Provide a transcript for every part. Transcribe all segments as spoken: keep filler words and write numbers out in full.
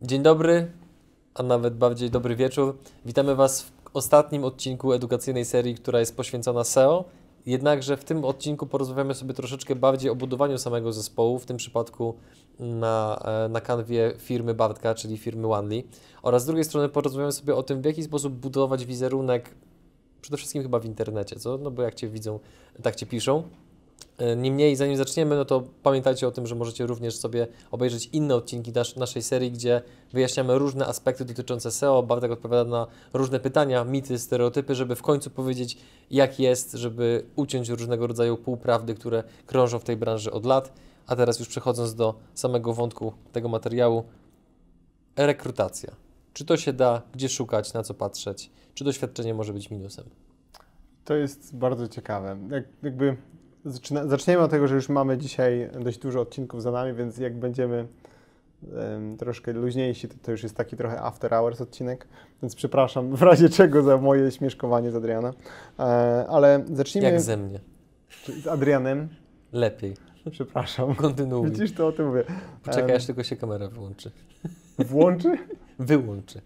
Dzień dobry, a nawet bardziej dobry wieczór. Witamy Was w ostatnim odcinku edukacyjnej serii, która jest poświęcona S E O. Jednakże w tym odcinku porozmawiamy sobie troszeczkę bardziej o budowaniu samego zespołu, w tym przypadku na, na kanwie firmy Bartka, czyli firmy Onely. Oraz z drugiej strony porozmawiamy sobie o tym, w jaki sposób budować wizerunek, przede wszystkim chyba w internecie, co? No bo jak Cię widzą, tak Cię piszą. Niemniej, zanim zaczniemy, no to pamiętajcie o tym, że możecie również sobie obejrzeć inne odcinki nas naszej serii, gdzie wyjaśniamy różne aspekty dotyczące S E O. Bartek odpowiada na różne pytania, mity, stereotypy, żeby w końcu powiedzieć, jak jest, żeby uciąć różnego rodzaju półprawdy, które krążą w tej branży od lat. A teraz już przechodząc do samego wątku tego materiału, rekrutacja. Czy to się da? Gdzie szukać? Na co patrzeć? Czy doświadczenie może być minusem? To jest bardzo ciekawe. Jak, jakby zaczyna, zaczniemy od tego, że już mamy dzisiaj dość dużo odcinków za nami, więc jak będziemy um, troszkę luźniejsi, to, to już jest taki trochę after hours odcinek, więc przepraszam w razie czego za moje śmieszkowanie z Adriana. E, ale zacznijmy... Jak ze mnie. Z Adrianem. Lepiej. Przepraszam. Kontynuuj. Widzisz, to o tym mówię. Poczekaj, aż tylko się kamera wyłączy. Włączy? Wyłączy.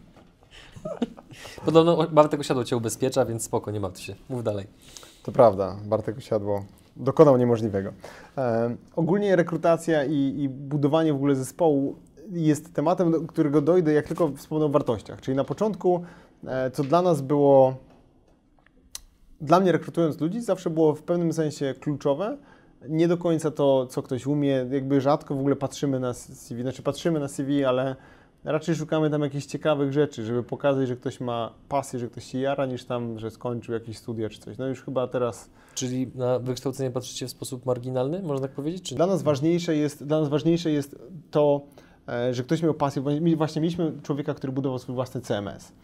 Podobno Bartek Osiadło Cię ubezpiecza, więc spoko, nie martw się. Mów dalej. To prawda, Bartek Osiadło dokonał niemożliwego. E, ogólnie rekrutacja i, i budowanie w ogóle zespołu jest tematem, do którego dojdę, jak tylko wspomnę o wartościach. Czyli na początku, e, co dla nas było, dla mnie rekrutując ludzi, zawsze było w pewnym sensie kluczowe. Nie do końca to, co ktoś umie, jakby rzadko w ogóle patrzymy na C V, znaczy patrzymy na C V, ale raczej szukamy tam jakichś ciekawych rzeczy, żeby pokazać, że ktoś ma pasję, że ktoś się jara, niż tam, że skończył jakieś studia czy coś. No już chyba teraz... Czyli na wykształcenie patrzycie w sposób marginalny, można tak powiedzieć? Czy... Dla nas ważniejsze jest, dla nas ważniejsze jest to, że ktoś miał pasję. Właśnie mieliśmy człowieka, który budował swój własny C M S.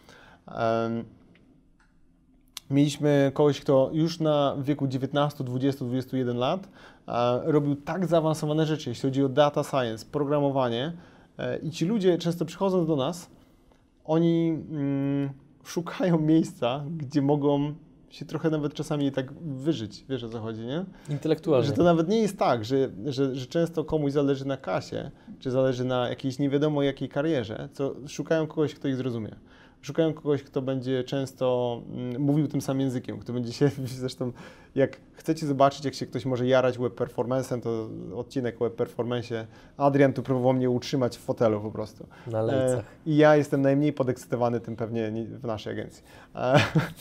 Mieliśmy kogoś, kto już na wieku dziewiętnastu, dwudziestu, dwudziestu jeden lat robił tak zaawansowane rzeczy, jeśli chodzi o data science, programowanie. I ci ludzie, często przychodząc do nas, oni mm, szukają miejsca, gdzie mogą się trochę nawet czasami tak wyżyć, wiesz o co chodzi, nie? Intelektualnie. Że to nawet nie jest tak, że, że, że często komuś zależy na kasie, czy zależy na jakiejś nie wiadomo jakiej karierze, co szukają kogoś, kto ich zrozumie. Szukają kogoś, kto będzie często mm, mówił tym samym językiem, kto będzie się, zresztą jak chcecie zobaczyć, jak się ktoś może jarać web performance'em, to odcinek o web performance. Adrian tu próbował mnie utrzymać w fotelu po prostu. Na lejcach. E, I ja jestem najmniej podekscytowany tym pewnie w naszej agencji. E,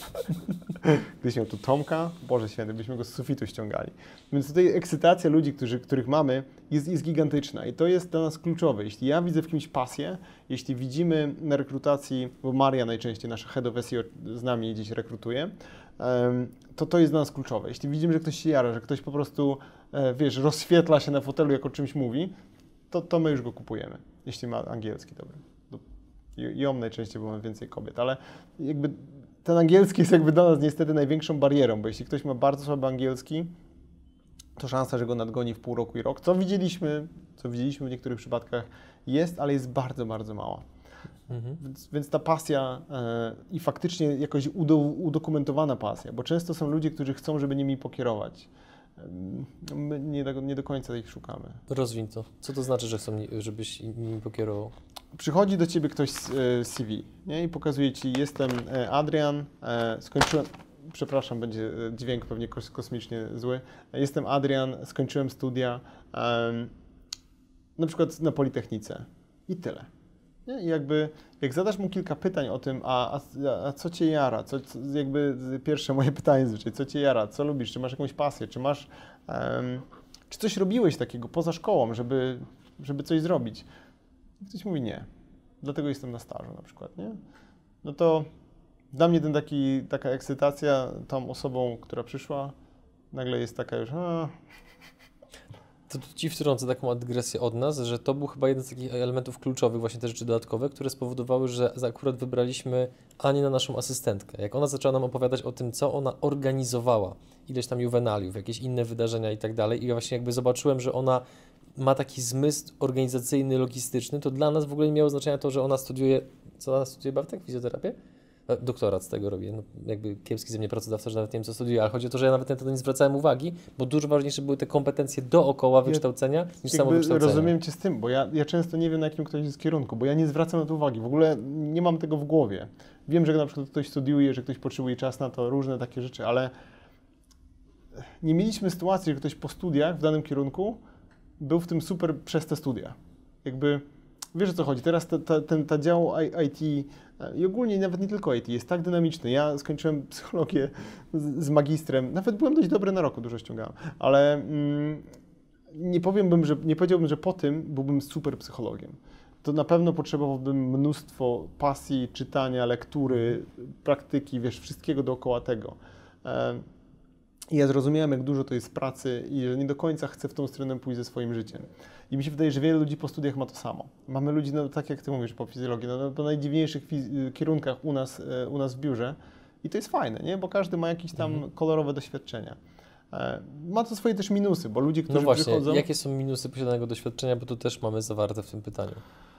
Gdybyś miał tu Tomka, Boże Święty, byśmy go z sufitu ściągali. Więc tutaj ekscytacja ludzi, którzy, których mamy, jest, jest gigantyczna i to jest dla nas kluczowe. Jeśli ja widzę w kimś pasję, jeśli widzimy na rekrutacji, bo Maria najczęściej, nasza head of S E O z nami gdzieś rekrutuje, to to jest dla nas kluczowe. Jeśli widzimy, że ktoś się jara, że ktoś po prostu, wiesz, rozświetla się na fotelu, jak o czymś mówi, to, to my już go kupujemy, jeśli ma angielski dobry. I on najczęściej, bo mamy więcej kobiet, ale jakby ten angielski jest jakby dla nas niestety największą barierą, bo jeśli ktoś ma bardzo słaby angielski, to szansa, że go nadgoni w pół roku i rok, co widzieliśmy, co widzieliśmy w niektórych przypadkach jest, ale jest bardzo, bardzo mała. Mhm. Więc, więc ta pasja e, i faktycznie jakoś udo, udokumentowana pasja, bo często są ludzie, którzy chcą, żeby nimi pokierować. E, my nie do, nie do końca ich szukamy. Rozwiń to. Co to znaczy, że chcą, żebyś nimi pokierował? Przychodzi do Ciebie ktoś z e, C V, nie? I pokazuje Ci, jestem Adrian, e, skończyłem, przepraszam, będzie dźwięk pewnie kosmicznie zły, jestem Adrian, skończyłem studia, e, na przykład na Politechnice i tyle. Nie? I jakby, jak zadasz mu kilka pytań o tym, a, a, a co Cię jara, co, co, jakby pierwsze moje pytanie zwyczaj, co Cię jara, co lubisz, czy masz jakąś pasję, czy masz, um, czy coś robiłeś takiego poza szkołą, żeby, żeby coś zrobić? I ktoś mówi nie, dlatego jestem na stażu na przykład, nie? No to dla mnie ten taki, taka ekscytacja tą osobą, która przyszła, nagle jest taka już, a, To tu Ci wtrącę taką dygresję od nas, że to był chyba jeden z takich elementów kluczowych, właśnie te rzeczy dodatkowe, które spowodowały, że akurat wybraliśmy Anię na naszą asystentkę. Jak ona zaczęła nam opowiadać o tym, co ona organizowała, ileś tam juwenaliów, jakieś inne wydarzenia i tak dalej, i ja właśnie jakby zobaczyłem, że ona ma taki zmysł organizacyjny, logistyczny, to dla nas w ogóle nie miało znaczenia to, że ona studiuje, co ona studiuje, Bartek? Fizjoterapię? doktorat z tego robię. No, jakby kiepski ze mnie pracodawca, że nawet nie wiem, co studiuję, ale chodzi o to, że ja nawet na to nie zwracałem uwagi, bo dużo ważniejsze były te kompetencje dookoła wykształcenia niż samo wykształcenie. Rozumiem Cię z tym, bo ja, ja często nie wiem, na jakim ktoś jest kierunku, bo ja nie zwracam na to uwagi. W ogóle nie mam tego w głowie. Wiem, że na przykład ktoś studiuje, że ktoś potrzebuje czas na to, różne takie rzeczy, ale nie mieliśmy sytuacji, że ktoś po studiach w danym kierunku był w tym super przez te studia. Jakby, wiesz o co chodzi, teraz ta, ta, ten, ta dział I T i ogólnie nawet nie tylko I T jest tak dynamiczny. Ja skończyłem psychologię z, z magistrem, nawet byłem dość dobry na roku, dużo ściągałem, ale mm, nie powiem, że, nie powiedziałbym, że po tym byłbym super psychologiem. To na pewno potrzebowałbym mnóstwo pasji, czytania, lektury, praktyki, wiesz, wszystkiego dookoła tego. I ja zrozumiałem, jak dużo to jest pracy i że nie do końca chcę w tą stronę pójść ze swoim życiem. I mi się wydaje, że wiele ludzi po studiach ma to samo. Mamy ludzi, no, tak jak Ty mówisz, po fizjologii, no, po najdziwniejszych kierunkach u nas, u nas w biurze i to jest fajne, nie? Bo każdy ma jakieś tam mhm. kolorowe doświadczenia. Ma to swoje też minusy, bo ludzie, którzy no właśnie, przychodzą... jakie są minusy posiadanego doświadczenia, bo tu też mamy zawarte w tym pytaniu.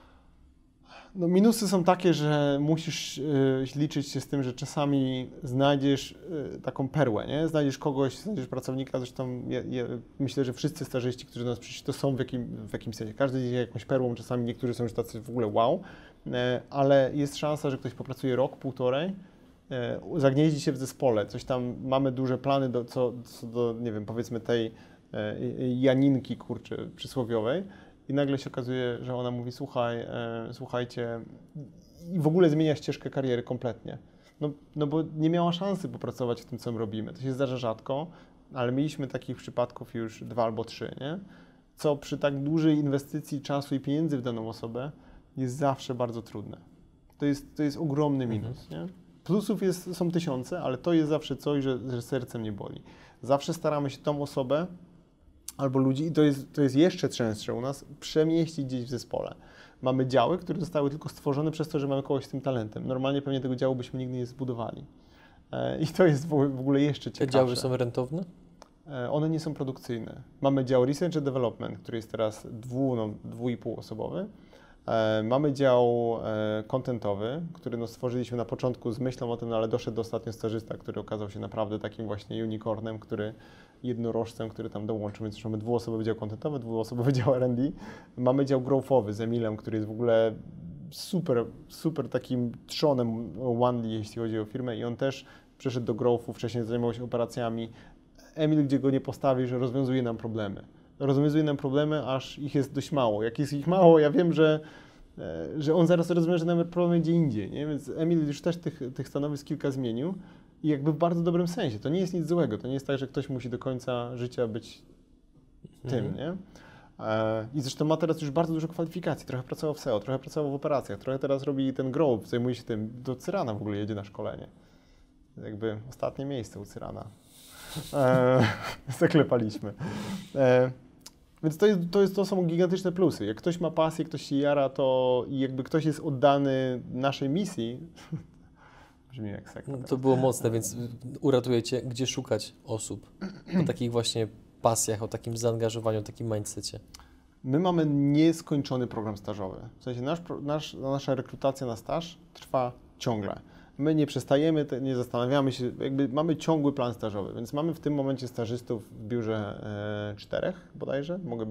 No, minusy są takie, że musisz y, liczyć się z tym, że czasami znajdziesz y, taką perłę, nie? Znajdziesz kogoś, znajdziesz pracownika, zresztą ja, ja myślę, że wszyscy stażyści, którzy do nas przyszli, to są w, jakim, w jakimś sensie. Każdy jest jakąś perłą, czasami niektórzy są już tacy w ogóle wow, y, ale jest szansa, że ktoś popracuje rok, półtorej, y, zagnieździ się w zespole, coś tam, mamy duże plany do, co, co do, nie wiem, powiedzmy tej y, Janinki, kurczę, przysłowiowej, i nagle się okazuje, że ona mówi, słuchaj, e, słuchajcie, i w ogóle zmienia ścieżkę kariery kompletnie. No, no bo nie miała szansy popracować w tym, co my robimy. To się zdarza rzadko, ale mieliśmy takich przypadków już dwa albo trzy, nie? Co przy tak dużej inwestycji czasu i pieniędzy w daną osobę jest zawsze bardzo trudne. To jest, to jest ogromny minus, mhm. nie? Plusów jest, są tysiące, ale to jest zawsze coś, że, że sercem nie boli. Zawsze staramy się tą osobę albo ludzi, i to jest, to jest jeszcze częstsze u nas, przemieścić gdzieś w zespole. Mamy działy, które zostały tylko stworzone przez to, że mamy kogoś z tym talentem. Normalnie pewnie tego działu byśmy nigdy nie zbudowali. E, I to jest w ogóle jeszcze ciekawsze. Te działy są rentowne? E, one nie są produkcyjne. Mamy dział Research and Development, który jest teraz dwu, no, dwu i pół osobowy. E, mamy dział e, contentowy, który no, stworzyliśmy na początku z myślą o tym, no, ale doszedł do ostatnio stażysta, który okazał się naprawdę takim właśnie unicornem, który jednorożcem, który tam dołączył, więc już mamy dwuosobowy dział contentowy, dwuosobowy dział R and D. Mamy dział growthowy z Emilem, który jest w ogóle super, super takim trzonem One, jeśli chodzi o firmę, i on też przeszedł do growthu, wcześniej zajmował się operacjami. Emil, gdzie go nie postawi, że rozwiązuje nam problemy. Rozwiązuje nam problemy, aż ich jest dość mało. Jak jest ich mało, ja wiem, że, że on zaraz rozwiąże nam problemy gdzie indziej, nie? Więc Emil już też tych, tych stanowisk kilka zmienił. I jakby w bardzo dobrym sensie. To nie jest nic złego. To nie jest tak, że ktoś musi do końca życia być tym, mhm. nie? E, I zresztą ma teraz już bardzo dużo kwalifikacji. Trochę pracował w S E O, trochę pracował w operacjach, trochę teraz robi ten growth, zajmuje się tym. Do Cyrana w ogóle jedzie na szkolenie. Jakby ostatnie miejsce u Cyrana. E, zaklepaliśmy. E, więc to, jest, to, jest, to są gigantyczne plusy. Jak ktoś ma pasję, ktoś się jara, to i jakby ktoś jest oddany naszej misji, brzmi jak sekta. To było mocne, więc uratuję Cię, gdzie szukać osób o takich właśnie pasjach, o takim zaangażowaniu, o takim mindsetie. My mamy nieskończony program stażowy. W sensie nasz, nasz, nasza rekrutacja na staż trwa ciągle. My nie przestajemy, nie zastanawiamy się, jakby mamy ciągły plan stażowy, więc mamy w tym momencie stażystów w biurze e, czterech bodajże. Mogę,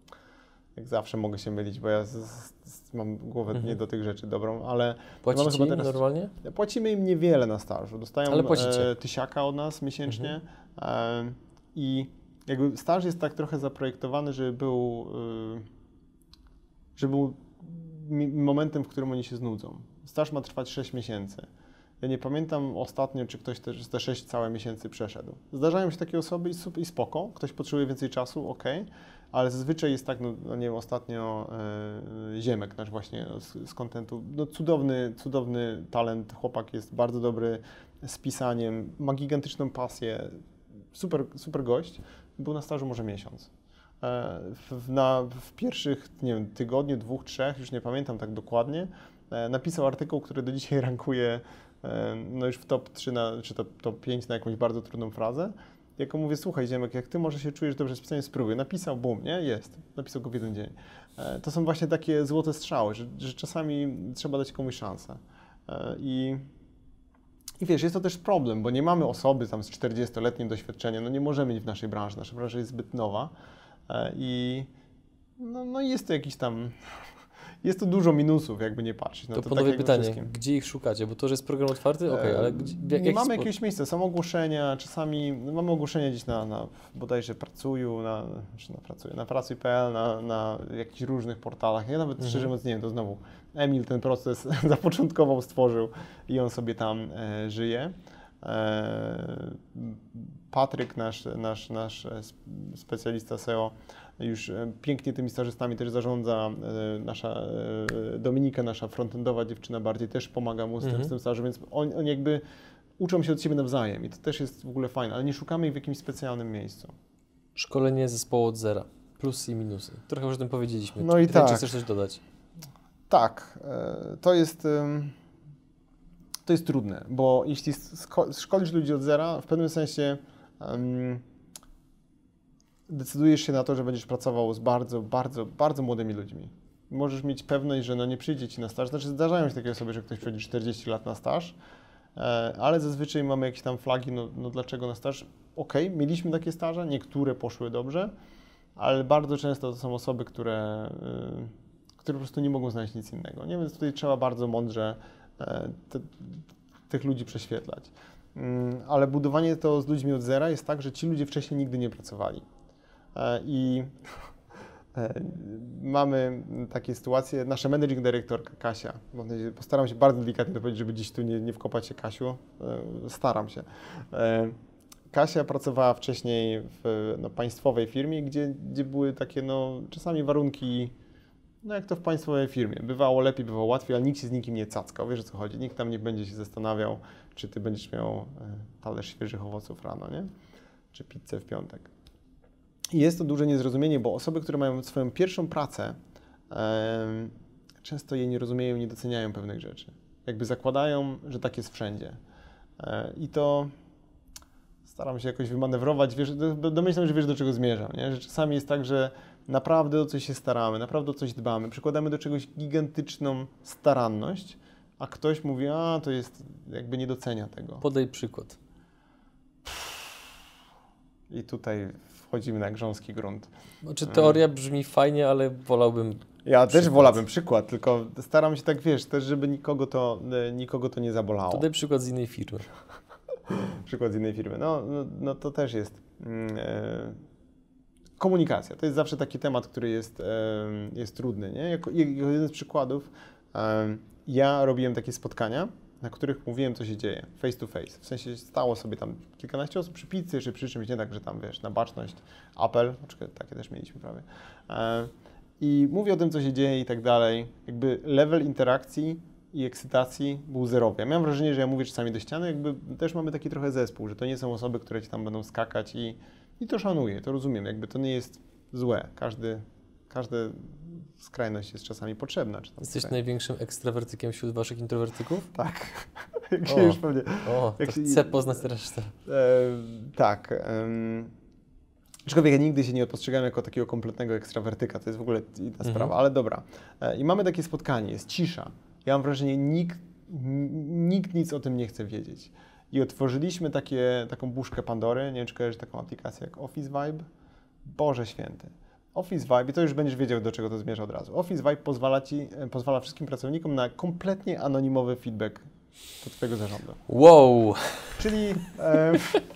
jak zawsze mogę się mylić, bo ja z, z, mam głowę mhm. nie do tych rzeczy dobrą, ale... Płacicie chyba im teraz, normalnie? Płacimy im niewiele na stażu. Dostają e, tysiaka od nas miesięcznie mhm. e, i jakby staż jest tak trochę zaprojektowany, żeby był, e, żeby był momentem, w którym oni się znudzą. Staż ma trwać sześć miesięcy. Ja nie pamiętam ostatnio, czy ktoś też te sześć całe miesięcy przeszedł. Zdarzają się takie osoby i, i spoko, ktoś potrzebuje więcej czasu, ok, ale zazwyczaj jest tak, no, no nie wiem, ostatnio e, Ziemek nasz właśnie z, z kontentu, no cudowny, cudowny talent, chłopak jest bardzo dobry z pisaniem, ma gigantyczną pasję, super, super gość, był na stażu może miesiąc. E, w, na, w pierwszych, nie wiem, tygodniu, dwóch, trzech, już nie pamiętam tak dokładnie, e, napisał artykuł, który do dzisiaj rankuje no już w top trzy, na, czy top, top pięć na jakąś bardzo trudną frazę. Jako mówię, słuchaj Ziemek, jak ty może się czujesz dobrze z pisaniem, spróbuj. Napisał, bum, nie? Jest. Napisał go w jeden dzień. To są właśnie takie złote strzały, że, że czasami trzeba dać komuś szansę. I I wiesz, jest to też problem, bo nie mamy osoby tam z czterdziestoletnim doświadczeniem, no nie możemy mieć w naszej branży, nasza branża jest zbyt nowa i no, no jest to jakiś tam, jest to dużo minusów, jakby nie patrzeć. No to to panowie tak pytanie, wszystkim. gdzie ich szukacie? Bo to, że jest program otwarty, okej, okay, ale gdzie, w jak, nie mamy spo... jakiegoś miejsca, są ogłoszenia, czasami no mamy ogłoszenia gdzieś na, na bodajże Pracuju, na, czy na Pracuju, na pracuj kropka p l, na, na jakichś różnych portalach. Ja nawet mhm. szczerze mówiąc nie wiem, to znowu Emil ten proces zapoczątkował, stworzył i on sobie tam e, żyje. E, Patryk, nasz, nasz, nasz specjalista S E O, już pięknie tymi stażystami też zarządza. Nasza Dominika, nasza frontendowa dziewczyna bardziej też pomaga mu z tym, mhm. z tym stażem, więc oni, oni jakby uczą się od siebie nawzajem i to też jest w ogóle fajne, ale nie szukamy ich w jakimś specjalnym miejscu. Szkolenie zespołu od zera. Plusy i minusy. Trochę już o tym powiedzieliśmy. No i Pytanie, tak. Czy chcesz coś dodać? Tak. To jest... To jest trudne, bo jeśli szkolisz ludzi od zera, w pewnym sensie um, decydujesz się na to, że będziesz pracował z bardzo, bardzo, bardzo młodymi ludźmi. Możesz mieć pewność, że no nie przyjdzie ci na staż. Znaczy zdarzają się takie osoby, że ktoś przyjdzie czterdzieści lat na staż, ale zazwyczaj mamy jakieś tam flagi, no, no dlaczego na staż? Okej, okay, mieliśmy takie staże, niektóre poszły dobrze, ale bardzo często to są osoby, które, które po prostu nie mogą znaleźć nic innego. Nie? Więc tutaj trzeba bardzo mądrze Te, tych ludzi prześwietlać. Ale budowanie to z ludźmi od zera jest tak, że ci ludzie wcześniej nigdy nie pracowali. I mamy takie sytuacje, nasza managing dyrektorka Kasia, postaram się bardzo delikatnie to powiedzieć, żeby dziś tu nie, nie wkopać się, Kasiu, staram się. Kasia pracowała wcześniej w no, państwowej firmie, gdzie, gdzie były takie no, czasami warunki, no jak to w państwowej firmie. Bywało lepiej, bywało łatwiej, ale nikt się z nikim nie cackał. Wiesz o co chodzi? Nikt tam nie będzie się zastanawiał, czy ty będziesz miał talerz świeżych owoców rano, nie? Czy pizzę w piątek. I jest to duże niezrozumienie, bo osoby, które mają swoją pierwszą pracę, e, często jej nie rozumieją, nie doceniają pewnych rzeczy. Jakby zakładają, że tak jest wszędzie. E, I to staram się jakoś wymanewrować. Wiesz, domyślam, że wiesz, do czego zmierzam, nie? Że czasami jest tak, że naprawdę o coś się staramy, naprawdę o coś dbamy, przykładamy do czegoś gigantyczną staranność, a ktoś mówi, a to jest, jakby nie docenia tego. Podaj przykład. I tutaj wchodzimy na grząski grunt. Znaczy teoria brzmi fajnie, ale wolałbym Ja przykład. też wolałbym przykład, tylko staram się tak, wiesz, też żeby nikogo to, nikogo to nie zabolało. To daj przykład z innej firmy. Przykład z innej firmy. No, no, no to też jest... Yy, Komunikacja. To jest zawsze taki temat, który jest, jest trudny. Nie? Jako jeden z przykładów, ja robiłem takie spotkania, na których mówiłem, co się dzieje, face to face. W sensie stało sobie tam kilkanaście osób przy pizzy, czy przy czymś, nie tak, że tam, wiesz, na baczność, apel, takie też mieliśmy prawie. I mówię o tym, co się dzieje i tak dalej. Jakby level interakcji i ekscytacji był zerowy. Ja miałem wrażenie, że ja mówię czasami do ściany, jakby też mamy taki trochę zespół, że to nie są osoby, które ci tam będą skakać i I to szanuję, to rozumiem, jakby to nie jest złe. Każdy, każda skrajność jest czasami potrzebna. Czy tam Jesteś skrajność. największym ekstrawertykiem wśród waszych introwertyków? Tak. Jak się O, już pewnie... O, jak to się, chcę poznać resztę. E, tak. E, aczkolwiek ja nigdy się nie postrzegałem jako takiego kompletnego ekstrawertyka, to jest w ogóle inna Mhm. sprawa, ale dobra. E, I mamy takie spotkanie, jest cisza. Ja mam wrażenie, nikt, nikt nic o tym nie chce wiedzieć. I otworzyliśmy takie, taką buszkę Pandory, nie wiem, czy kojarzysz taką aplikację jak Office Vibe. Boże święty. Office Vibe, i to już będziesz wiedział, do czego to zmierza od razu. Office Vibe pozwala ci, pozwala wszystkim pracownikom na kompletnie anonimowy feedback do twojego zarządu. Wow! Czyli e,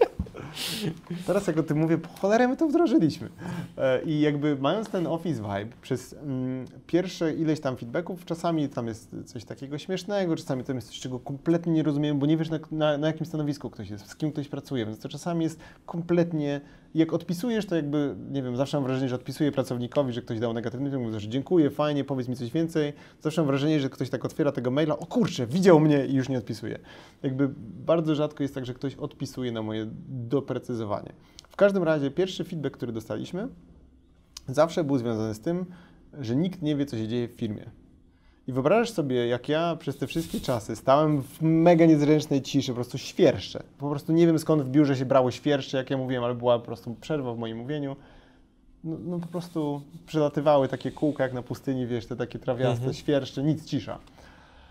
teraz jak o tym mówię, po cholerę my to wdrożyliśmy. E, I jakby mając ten Office Vibe przez mm, pierwsze ileś tam feedbacków, czasami tam jest coś takiego śmiesznego, czasami tam jest coś, czego kompletnie nie rozumiemy, bo nie wiesz na, na, na jakim stanowisku ktoś jest, z kim ktoś pracuje, więc to czasami jest kompletnie, jak odpisujesz, to jakby, nie wiem, zawsze mam wrażenie, że odpisuję pracownikowi, że ktoś dał negatywny feedback, mówię, że dziękuję, fajnie, powiedz mi coś więcej. Zawsze mam wrażenie, że ktoś tak otwiera tego maila, o kurczę, widział mnie i już nie odpisuje. Jakby bardzo rzadko jest tak, że ktoś odpisuje na moje doprecyzowanie. W każdym razie pierwszy feedback, który dostaliśmy, zawsze był związany z tym, że nikt nie wie, co się dzieje w firmie. I wyobrażasz sobie, jak ja przez te wszystkie czasy stałem w mega niezręcznej ciszy, po prostu świerszczę. Po prostu nie wiem, skąd w biurze się brało świerszcze, jak ja mówiłem, ale była po prostu przerwa w moim mówieniu. No, no po prostu przelatywały takie kółka jak na pustyni, wiesz, te takie trawiaste mhm. świerszcze, nic, cisza.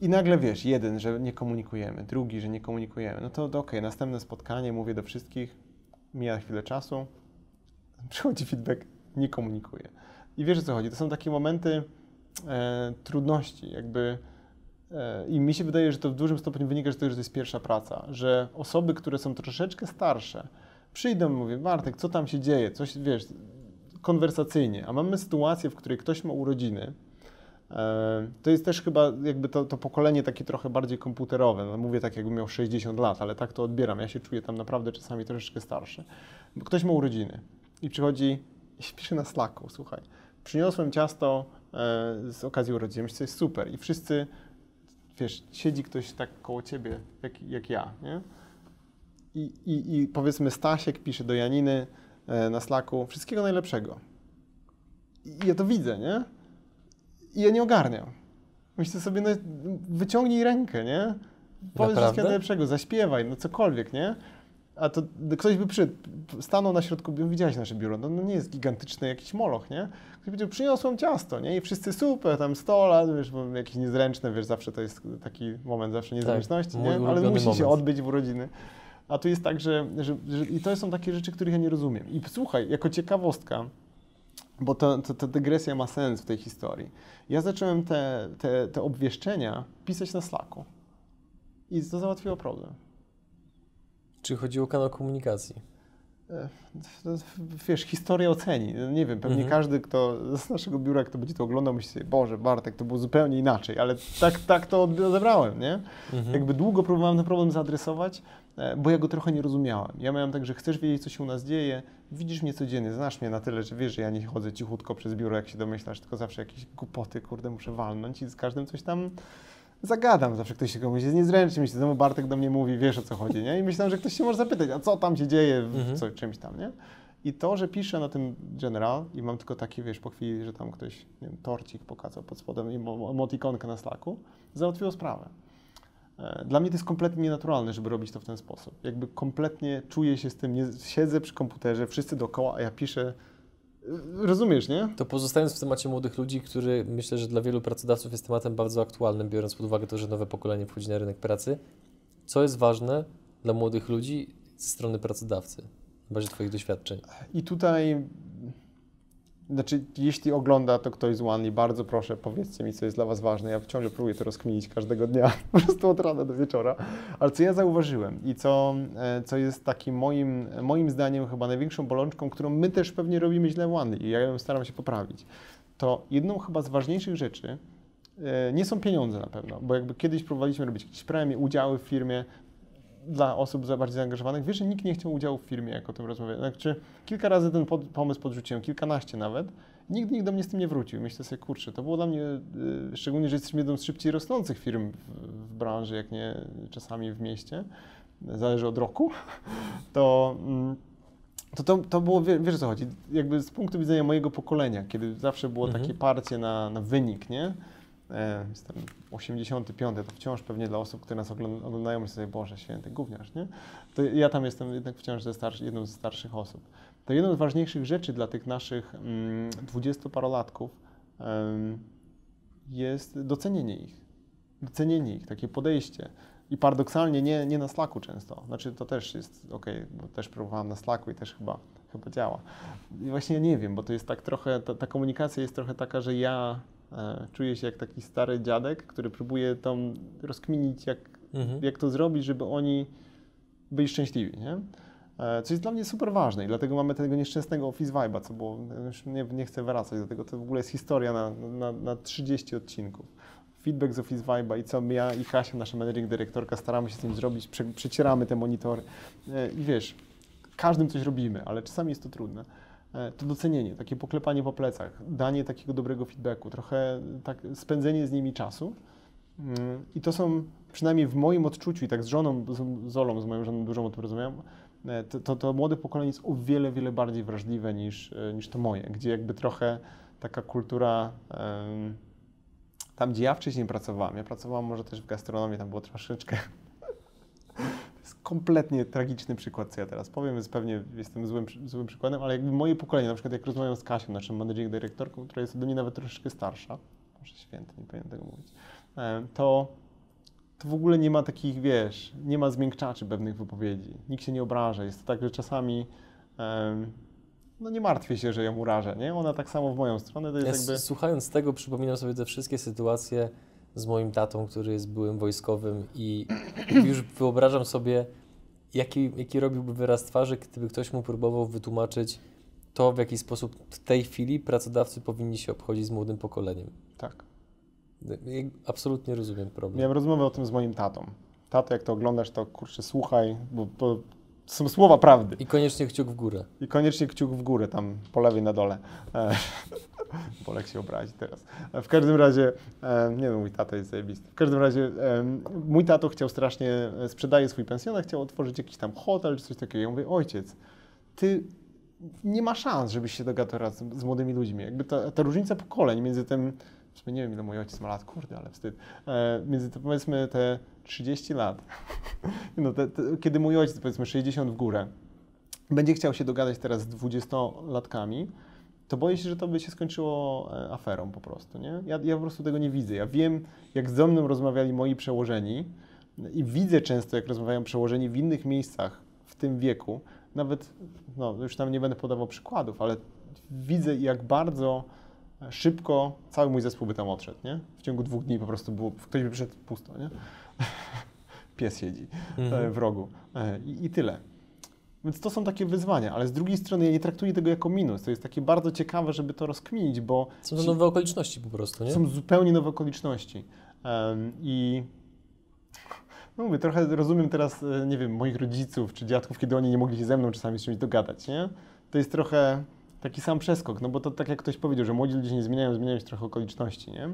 I nagle wiesz, jeden, że nie komunikujemy, drugi, że nie komunikujemy. No to, to okej, okay, następne spotkanie, mówię do wszystkich, mija chwilę czasu, przychodzi feedback, nie komunikuję. I wiesz, o co chodzi, to są takie momenty e, trudności, jakby e, i mi się wydaje, że to w dużym stopniu wynika z tego, że to jest pierwsza praca, że osoby, które są troszeczkę starsze, przyjdą i mówią, Bartek, co tam się dzieje, coś, wiesz, konwersacyjnie, a mamy sytuację, w której ktoś ma urodziny. To jest też chyba jakby to, to pokolenie takie trochę bardziej komputerowe. No mówię tak, jakbym miał sześćdziesiąt lat, ale tak to odbieram. Ja się czuję tam naprawdę czasami troszeczkę starszy. Bo ktoś ma urodziny i przychodzi i pisze na Slacku, słuchaj, przyniosłem ciasto z okazji urodzin, myślę, to jest super. I wszyscy, wiesz, siedzi ktoś tak koło ciebie, jak, jak ja, nie? I, i, I powiedzmy Stasiek pisze do Janiny na Slacku, wszystkiego najlepszego. I ja to widzę, nie? I ja nie ogarniam. Myślę sobie, no wyciągnij rękę, nie? Powiedz wszystkiego najlepszego, zaśpiewaj, no cokolwiek, nie? A to ktoś by przyszedł, stanął na środku, widziałeś nasze biuro, no, no nie jest gigantyczny jakiś moloch, nie? Ktoś powiedział, przyniosłem ciasto, nie? I wszyscy super, tam sto lat, wiesz, jakieś niezręczne, wiesz, zawsze to jest taki moment zawsze niezręczności, tak, nie? Ale musi moment. się odbyć w urodziny. A tu jest tak, że, że, że i to są takie rzeczy, których ja nie rozumiem. I słuchaj, jako ciekawostka, bo to, to, ta dygresja ma sens w tej historii. Ja zacząłem te, te, te obwieszczenia pisać na Slacku i to załatwiło problem. Czy chodziło o kanał komunikacji? Wiesz, historia oceni. Nie wiem, pewnie mhm. każdy, kto z naszego biura, kto będzie to oglądał, myśli sobie, Boże, Bartek, to było zupełnie inaczej, ale tak, tak to odebrałem, nie? Mhm. Jakby długo próbowałem ten problem zaadresować, bo ja go trochę nie rozumiałem. Ja miałem tak, że chcesz wiedzieć, co się u nas dzieje, widzisz mnie codziennie, znasz mnie na tyle, że wiesz, że ja nie chodzę cichutko przez biuro, jak się domyślasz, tylko zawsze jakieś głupoty, kurde, muszę walnąć i z każdym coś tam zagadam. Zawsze ktoś się komuś jest niezręczny, myślę, znowu Bartek do mnie mówi, wiesz, o co chodzi, nie? I myślę, że ktoś się może zapytać, a co tam się dzieje w mhm. co, czymś tam, nie? I to, że piszę na tym General i mam tylko taki, wiesz, po chwili, że tam ktoś, nie wiem, torcik pokazał pod spodem i emotikonkę na Slacku, załatwiło sprawę. Dla mnie to jest kompletnie nienaturalne, żeby robić to w ten sposób. Jakby kompletnie czuję się z tym, nie, siedzę przy komputerze, wszyscy dookoła, a ja piszę. Rozumiesz, nie? To pozostając w temacie młodych ludzi, który myślę, że dla wielu pracodawców jest tematem bardzo aktualnym, biorąc pod uwagę to, że nowe pokolenie wchodzi na rynek pracy, co jest ważne dla młodych ludzi ze strony pracodawcy, na bazie Twoich doświadczeń? I tutaj, znaczy, jeśli ogląda to ktoś z Onely, bardzo proszę, powiedzcie mi, co jest dla Was ważne. Ja ciągle próbuję to rozkminić każdego dnia, po prostu od rana do wieczora. Ale co ja zauważyłem i co, co jest takim moim, moim zdaniem chyba największą bolączką, którą my też pewnie robimy źle w Onely i ja ją staram się poprawić, to jedną chyba z ważniejszych rzeczy nie są pieniądze na pewno, bo jakby kiedyś próbowaliśmy robić jakieś premie, udziały w firmie, dla osób bardziej zaangażowanych. Wiesz, że nikt nie chciał udziału w firmie, jak o tym rozmawiałem. Znaczy, kilka razy ten pod, pomysł podrzuciłem, kilkanaście nawet. Nigdy nikt do mnie z tym nie wrócił. Myślę sobie, kurczę, to było dla mnie, y, szczególnie, że jesteśmy jedną z szybciej rosnących firm w, w branży, jak nie czasami w mieście, zależy od roku, to, y, to, to, to było, wiesz o co chodzi, jakby z punktu widzenia mojego pokolenia, kiedy zawsze było mhm. takie parcie na, na wynik, nie? Jestem osiemdziesiąty piąty, to wciąż pewnie dla osób, które nas oglądają, myślę sobie, Boże święty, gówniarz, nie? To ja tam jestem jednak wciąż ze starszy, jedną ze starszych osób. To jedną z ważniejszych rzeczy dla tych naszych mm, dwudziestoparolatków um, jest docenienie ich. Docenienie ich, takie podejście. I paradoksalnie nie, nie na Slacku często. Znaczy to też jest okej, okay, bo też próbowałem na Slacku i też chyba, chyba działa. I właśnie nie wiem, bo to jest tak trochę, ta, ta komunikacja jest trochę taka, że ja czuję się jak taki stary dziadek, który próbuje tam rozkminić, jak, mhm. jak to zrobić, żeby oni byli szczęśliwi, nie? Co jest dla mnie super ważne i dlatego mamy tego nieszczęsnego Office Vibe'a, co było, już nie, nie chcę wracać do tego, to w ogóle jest historia na, na, na trzydzieści odcinków. Feedback z Office Vibe'a i co ja i Kasia, nasza managing dyrektorka, staramy się z tym zrobić, prze, przecieramy te monitory i wiesz, każdym coś robimy, ale czasami jest to trudne. To docenienie, takie poklepanie po plecach, danie takiego dobrego feedbacku, trochę tak spędzenie z nimi czasu. I to są, przynajmniej w moim odczuciu, i tak z żoną, z Zolą, z moją żoną dużo o tym rozmawiam, to, to, to młode pokolenie jest o wiele, wiele bardziej wrażliwe niż, niż to moje, gdzie jakby trochę taka kultura, um, tam gdzie ja wcześniej pracowałem, ja pracowałem może też w gastronomii, tam było troszeczkę. Kompletnie tragiczny przykład, co ja teraz powiem, więc pewnie jestem złym, złym przykładem, ale jakby moje pokolenie, na przykład jak rozmawiam z Kasią, naszą managing dyrektorką, która jest ode mnie nawet troszeczkę starsza, może święty, nie powinienem tego mówić, to to w ogóle nie ma takich, wiesz, nie ma zmiękczaczy pewnych wypowiedzi. Nikt się nie obraża. Jest to tak, że czasami um, no nie martwię się, że ją urażę, nie? Ona tak samo w moją stronę to jest ja jakby... Słuchając tego, przypominam sobie te wszystkie sytuacje z moim tatą, który jest byłym wojskowym i już wyobrażam sobie, jaki, jaki robiłby wyraz twarzy, gdyby ktoś mu próbował wytłumaczyć to, w jaki sposób w tej chwili pracodawcy powinni się obchodzić z młodym pokoleniem. Tak. Ja absolutnie rozumiem problem. Miałem rozmowę o tym z moim tatą. Tato, jak to oglądasz, to kurczę, słuchaj, bo to są słowa prawdy. I koniecznie kciuk w górę. I koniecznie kciuk w górę, tam po lewej na dole. E, Bolek się obrazi teraz. E, w każdym razie, e, nie no, mój tato jest zajebisty. W każdym razie, e, mój tato chciał strasznie, sprzedaje swój pensjonat, chciał otworzyć jakiś tam hotel czy coś takiego. Ja mówię, ojciec, ty nie ma szans, żebyś się dogadał teraz z, z młodymi ludźmi. Jakby ta, ta różnica pokoleń między tym, nie wiem ile mój ojciec ma lat, kurde, ale wstyd, e, między to powiedzmy te trzydzieści lat, no te, te, kiedy mój ojciec powiedzmy sześćdziesiąt w górę, będzie chciał się dogadać teraz z dwudziestolatkami, to boję się, że to by się skończyło aferą po prostu, nie? Ja, ja po prostu tego nie widzę. Ja wiem, jak ze mną rozmawiali moi przełożeni i widzę często, jak rozmawiają przełożeni w innych miejscach w tym wieku, nawet, no już tam nie będę podawał przykładów, ale widzę, jak bardzo szybko cały mój zespół by tam odszedł, nie? W ciągu dwóch dni po prostu było, ktoś by przyszedł pusto, nie? Pies siedzi mhm. w rogu I, i tyle. Więc to są takie wyzwania, ale z drugiej strony ja nie traktuję tego jako minus. To jest takie bardzo ciekawe, żeby to rozkminić, bo... Są to nowe okoliczności po prostu, nie? Są zupełnie nowe okoliczności. Um, I no mówię, trochę rozumiem teraz, nie wiem, moich rodziców czy dziadków, kiedy oni nie mogli się ze mną czasami z czymś dogadać, nie? To jest trochę taki sam przeskok, no bo to tak jak ktoś powiedział, że młodzi ludzie się nie zmieniają, zmieniają się trochę okoliczności, nie?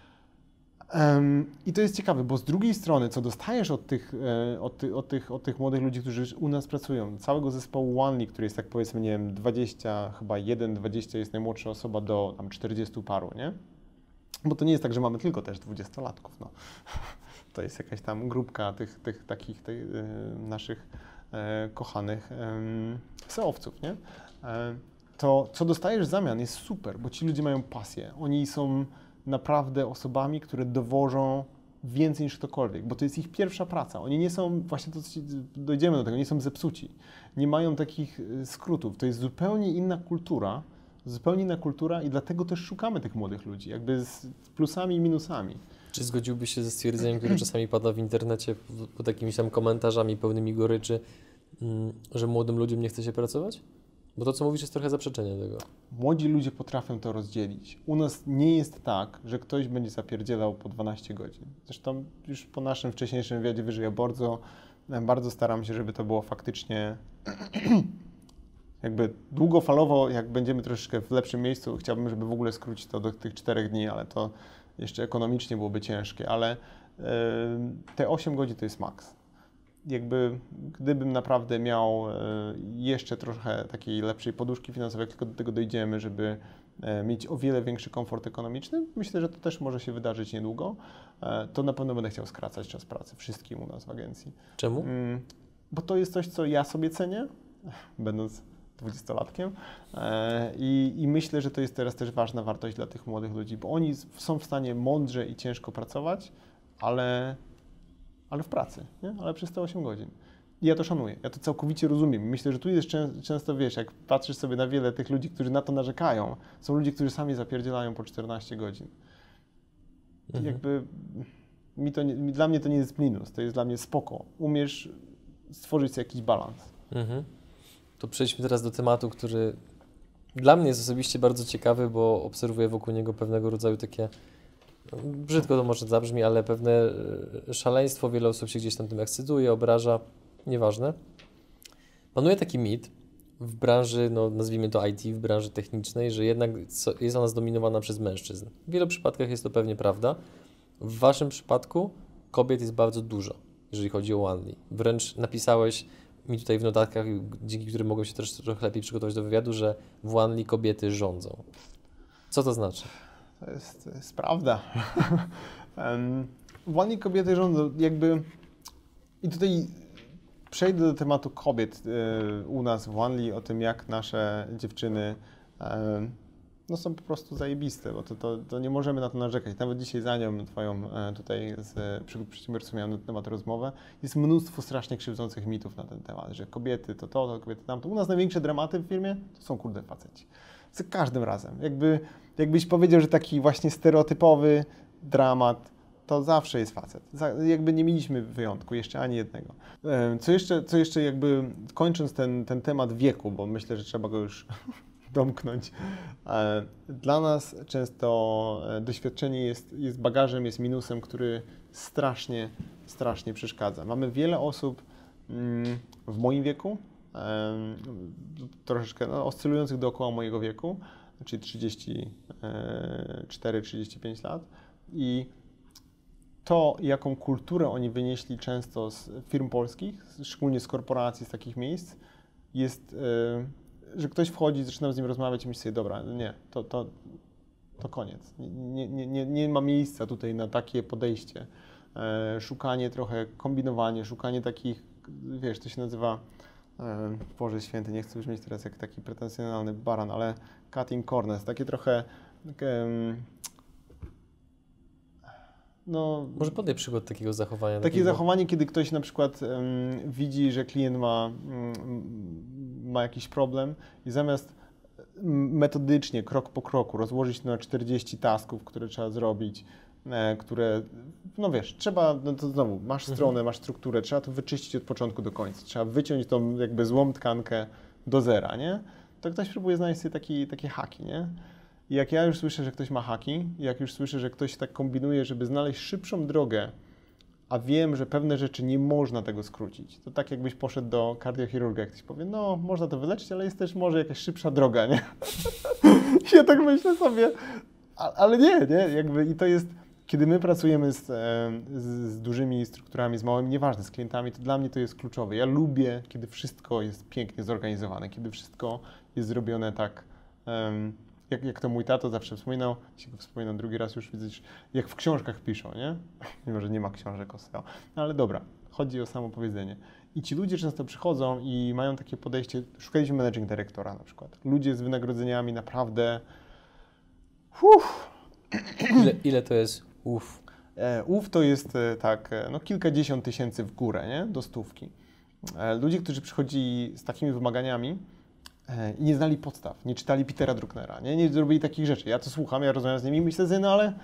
Um, I to jest ciekawe, bo z drugiej strony, co dostajesz od tych, e, od, ty, od, tych, od tych młodych ludzi, którzy u nas pracują, całego zespołu Onely, który jest tak powiedzmy, nie wiem, dwadzieścia, chyba jeden, dwadzieścia jest najmłodsza osoba do tam czterdziestu paru, nie? Bo to nie jest tak, że mamy tylko też dwudziestolatków, no. To jest jakaś tam grupka tych, tych takich tych, e, naszych e, kochanych e, seowców, nie? E, to co dostajesz w zamian jest super, bo ci ludzie mają pasję, oni są naprawdę osobami, które dowożą więcej niż ktokolwiek, bo to jest ich pierwsza praca. Oni nie są, właśnie to, dojdziemy do tego, nie są zepsuci. Nie mają takich skrótów. To jest zupełnie inna kultura, zupełnie inna kultura i dlatego też szukamy tych młodych ludzi, jakby z plusami i minusami. Czy zgodziłbyś się ze stwierdzeniem, które czasami pada w internecie pod jakimiś tam komentarzami pełnymi goryczy, że młodym ludziom nie chce się pracować? Bo to, co mówisz, jest trochę zaprzeczenie tego. Młodzi ludzie potrafią to rozdzielić. U nas nie jest tak, że ktoś będzie zapierdzielał po dwanaście godzin. Zresztą już po naszym wcześniejszym wywiadzie wyżej ja bardzo, bardzo staram się, żeby to było faktycznie jakby długofalowo, jak będziemy troszeczkę w lepszym miejscu, chciałbym, żeby w ogóle skrócić to do tych czterech dni, ale to jeszcze ekonomicznie byłoby ciężkie, ale yy, te osiem godzin to jest maks. Jakby, gdybym naprawdę miał jeszcze trochę takiej lepszej poduszki finansowej, jak tylko do tego dojdziemy, żeby mieć o wiele większy komfort ekonomiczny, myślę, że to też może się wydarzyć niedługo, to na pewno będę chciał skracać czas pracy wszystkim u nas w agencji. Czemu? Bo to jest coś, co ja sobie cenię, będąc dwudziestolatkiem i, i myślę, że to jest teraz też ważna wartość dla tych młodych ludzi, bo oni są w stanie mądrze i ciężko pracować, ale ale w pracy, nie? Ale przez te osiem godzin. I ja to szanuję, ja to całkowicie rozumiem. Myślę, że tu jest czę często, wiesz, jak patrzysz sobie na wiele tych ludzi, którzy na to narzekają, są ludzie, którzy sami zapierdzielają po czternaście godzin. Mhm. Jakby mi to nie, mi, dla mnie to nie jest minus, to jest dla mnie spoko. Umiesz stworzyć sobie jakiś balans. Mhm. To przejdźmy teraz do tematu, który dla mnie jest osobiście bardzo ciekawy, bo obserwuję wokół niego pewnego rodzaju takie, brzydko to może zabrzmi, ale pewne szaleństwo, wiele osób się gdzieś tam tym ekscytuje, obraża, nieważne. Panuje taki mit w branży, no nazwijmy to I T, w branży technicznej, że jednak jest ona zdominowana przez mężczyzn. W wielu przypadkach jest to pewnie prawda. W Waszym przypadku kobiet jest bardzo dużo, jeżeli chodzi o Onely. Wręcz napisałeś mi tutaj w notatkach, dzięki którym mogłem się też trochę lepiej przygotować do wywiadu, że w Onely kobiety rządzą. Co to znaczy? To jest, to jest prawda. W Onely kobiety rządzą, jakby... I tutaj przejdę do tematu kobiet u nas w Onely, o tym, jak nasze dziewczyny no są po prostu zajebiste, bo to, to, to nie możemy na to narzekać. Nawet dzisiaj za nią twoją e, tutaj z Przygód Przedsiębiorców miałem na ten temat rozmowę. Jest mnóstwo strasznie krzywdzących mitów na ten temat, że kobiety to to, to kobiety tamto. U nas największe dramaty w firmie to są kurde faceci. Za każdym razem. Jakby, jakbyś powiedział, że taki właśnie stereotypowy dramat to zawsze jest facet. Jakby nie mieliśmy wyjątku, jeszcze ani jednego. Co jeszcze, co jeszcze jakby kończąc ten, ten temat wieku, bo myślę, że trzeba go już domknąć. Dla nas często doświadczenie jest, jest bagażem, jest minusem, który strasznie, strasznie przeszkadza. Mamy wiele osób w moim wieku, troszeczkę no, oscylujących dookoła mojego wieku, czyli trzydzieści cztery trzydzieści pięć lat i to, jaką kulturę oni wynieśli często z firm polskich, szczególnie z korporacji, z takich miejsc, jest, że ktoś wchodzi, zaczyna z nim rozmawiać i myśli sobie, dobra, nie, to, to, to koniec. Nie, nie, nie, nie ma miejsca tutaj na takie podejście. Szukanie trochę, kombinowanie, szukanie takich, wiesz, to się nazywa, Boże Święty, nie chcę brzmieć teraz jak taki pretensjonalny baran, ale cutting corners, takie trochę... No, może podaj przykład takiego zachowania. Takie takiego... zachowanie, kiedy ktoś na przykład um, widzi, że klient ma, um, ma jakiś problem i zamiast metodycznie, krok po kroku rozłożyć to na czterdzieści tasków, które trzeba zrobić, e, które, no wiesz, trzeba, no to znowu, masz stronę, mhm. masz strukturę, trzeba to wyczyścić od początku do końca, trzeba wyciąć tą jakby złą tkankę do zera, nie? To ktoś próbuje znaleźć sobie taki, takie haki, nie? I jak ja już słyszę, że ktoś ma haki, jak już słyszę, że ktoś tak kombinuje, żeby znaleźć szybszą drogę, a wiem, że pewne rzeczy nie można tego skrócić, to tak jakbyś poszedł do kardiochirurga, jak ktoś powie, no można to wyleczyć, ale jest też może jakaś szybsza droga, nie? I ja tak myślę sobie, ale nie, nie, jakby i to jest, kiedy my pracujemy z, z, z dużymi strukturami, z małymi, nieważne, z klientami, to dla mnie to jest kluczowe. Ja lubię, kiedy wszystko jest pięknie zorganizowane, kiedy wszystko jest zrobione tak, um, Jak, jak to mój tato zawsze wspominał, jeśli go wspominam drugi raz już widzisz, jak w książkach piszą, nie? Mimo, że nie ma książek o S E O. No ale dobra, chodzi o samo powiedzenie. I ci ludzie często przychodzą i mają takie podejście, szukaliśmy managing dyrektora na przykład. Ludzie z wynagrodzeniami naprawdę... Uff. Ile, ile to jest uf? E, uf to jest e, tak, e, no kilkadziesiąt tysięcy w górę, nie? Do stówki. E, ludzie, którzy przychodzili z takimi wymaganiami, i nie znali podstaw, nie czytali Petera Drucknera, nie, nie zrobili takich rzeczy. Ja to słucham, ja rozmawiam z nimi i myślę sobie, no ale,